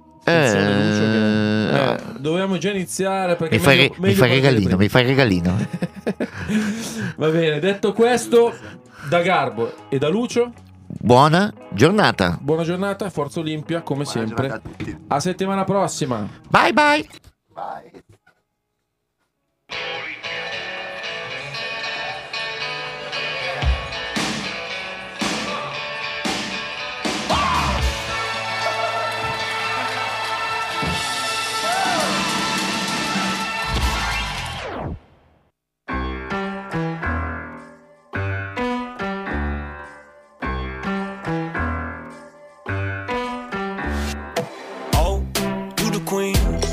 Dobbiamo già iniziare perché mi fai regalino. Va bene, detto questo, da Garbo e da Lucio, buona giornata, Forza Olimpia come sempre. A settimana prossima. Bye. Bye.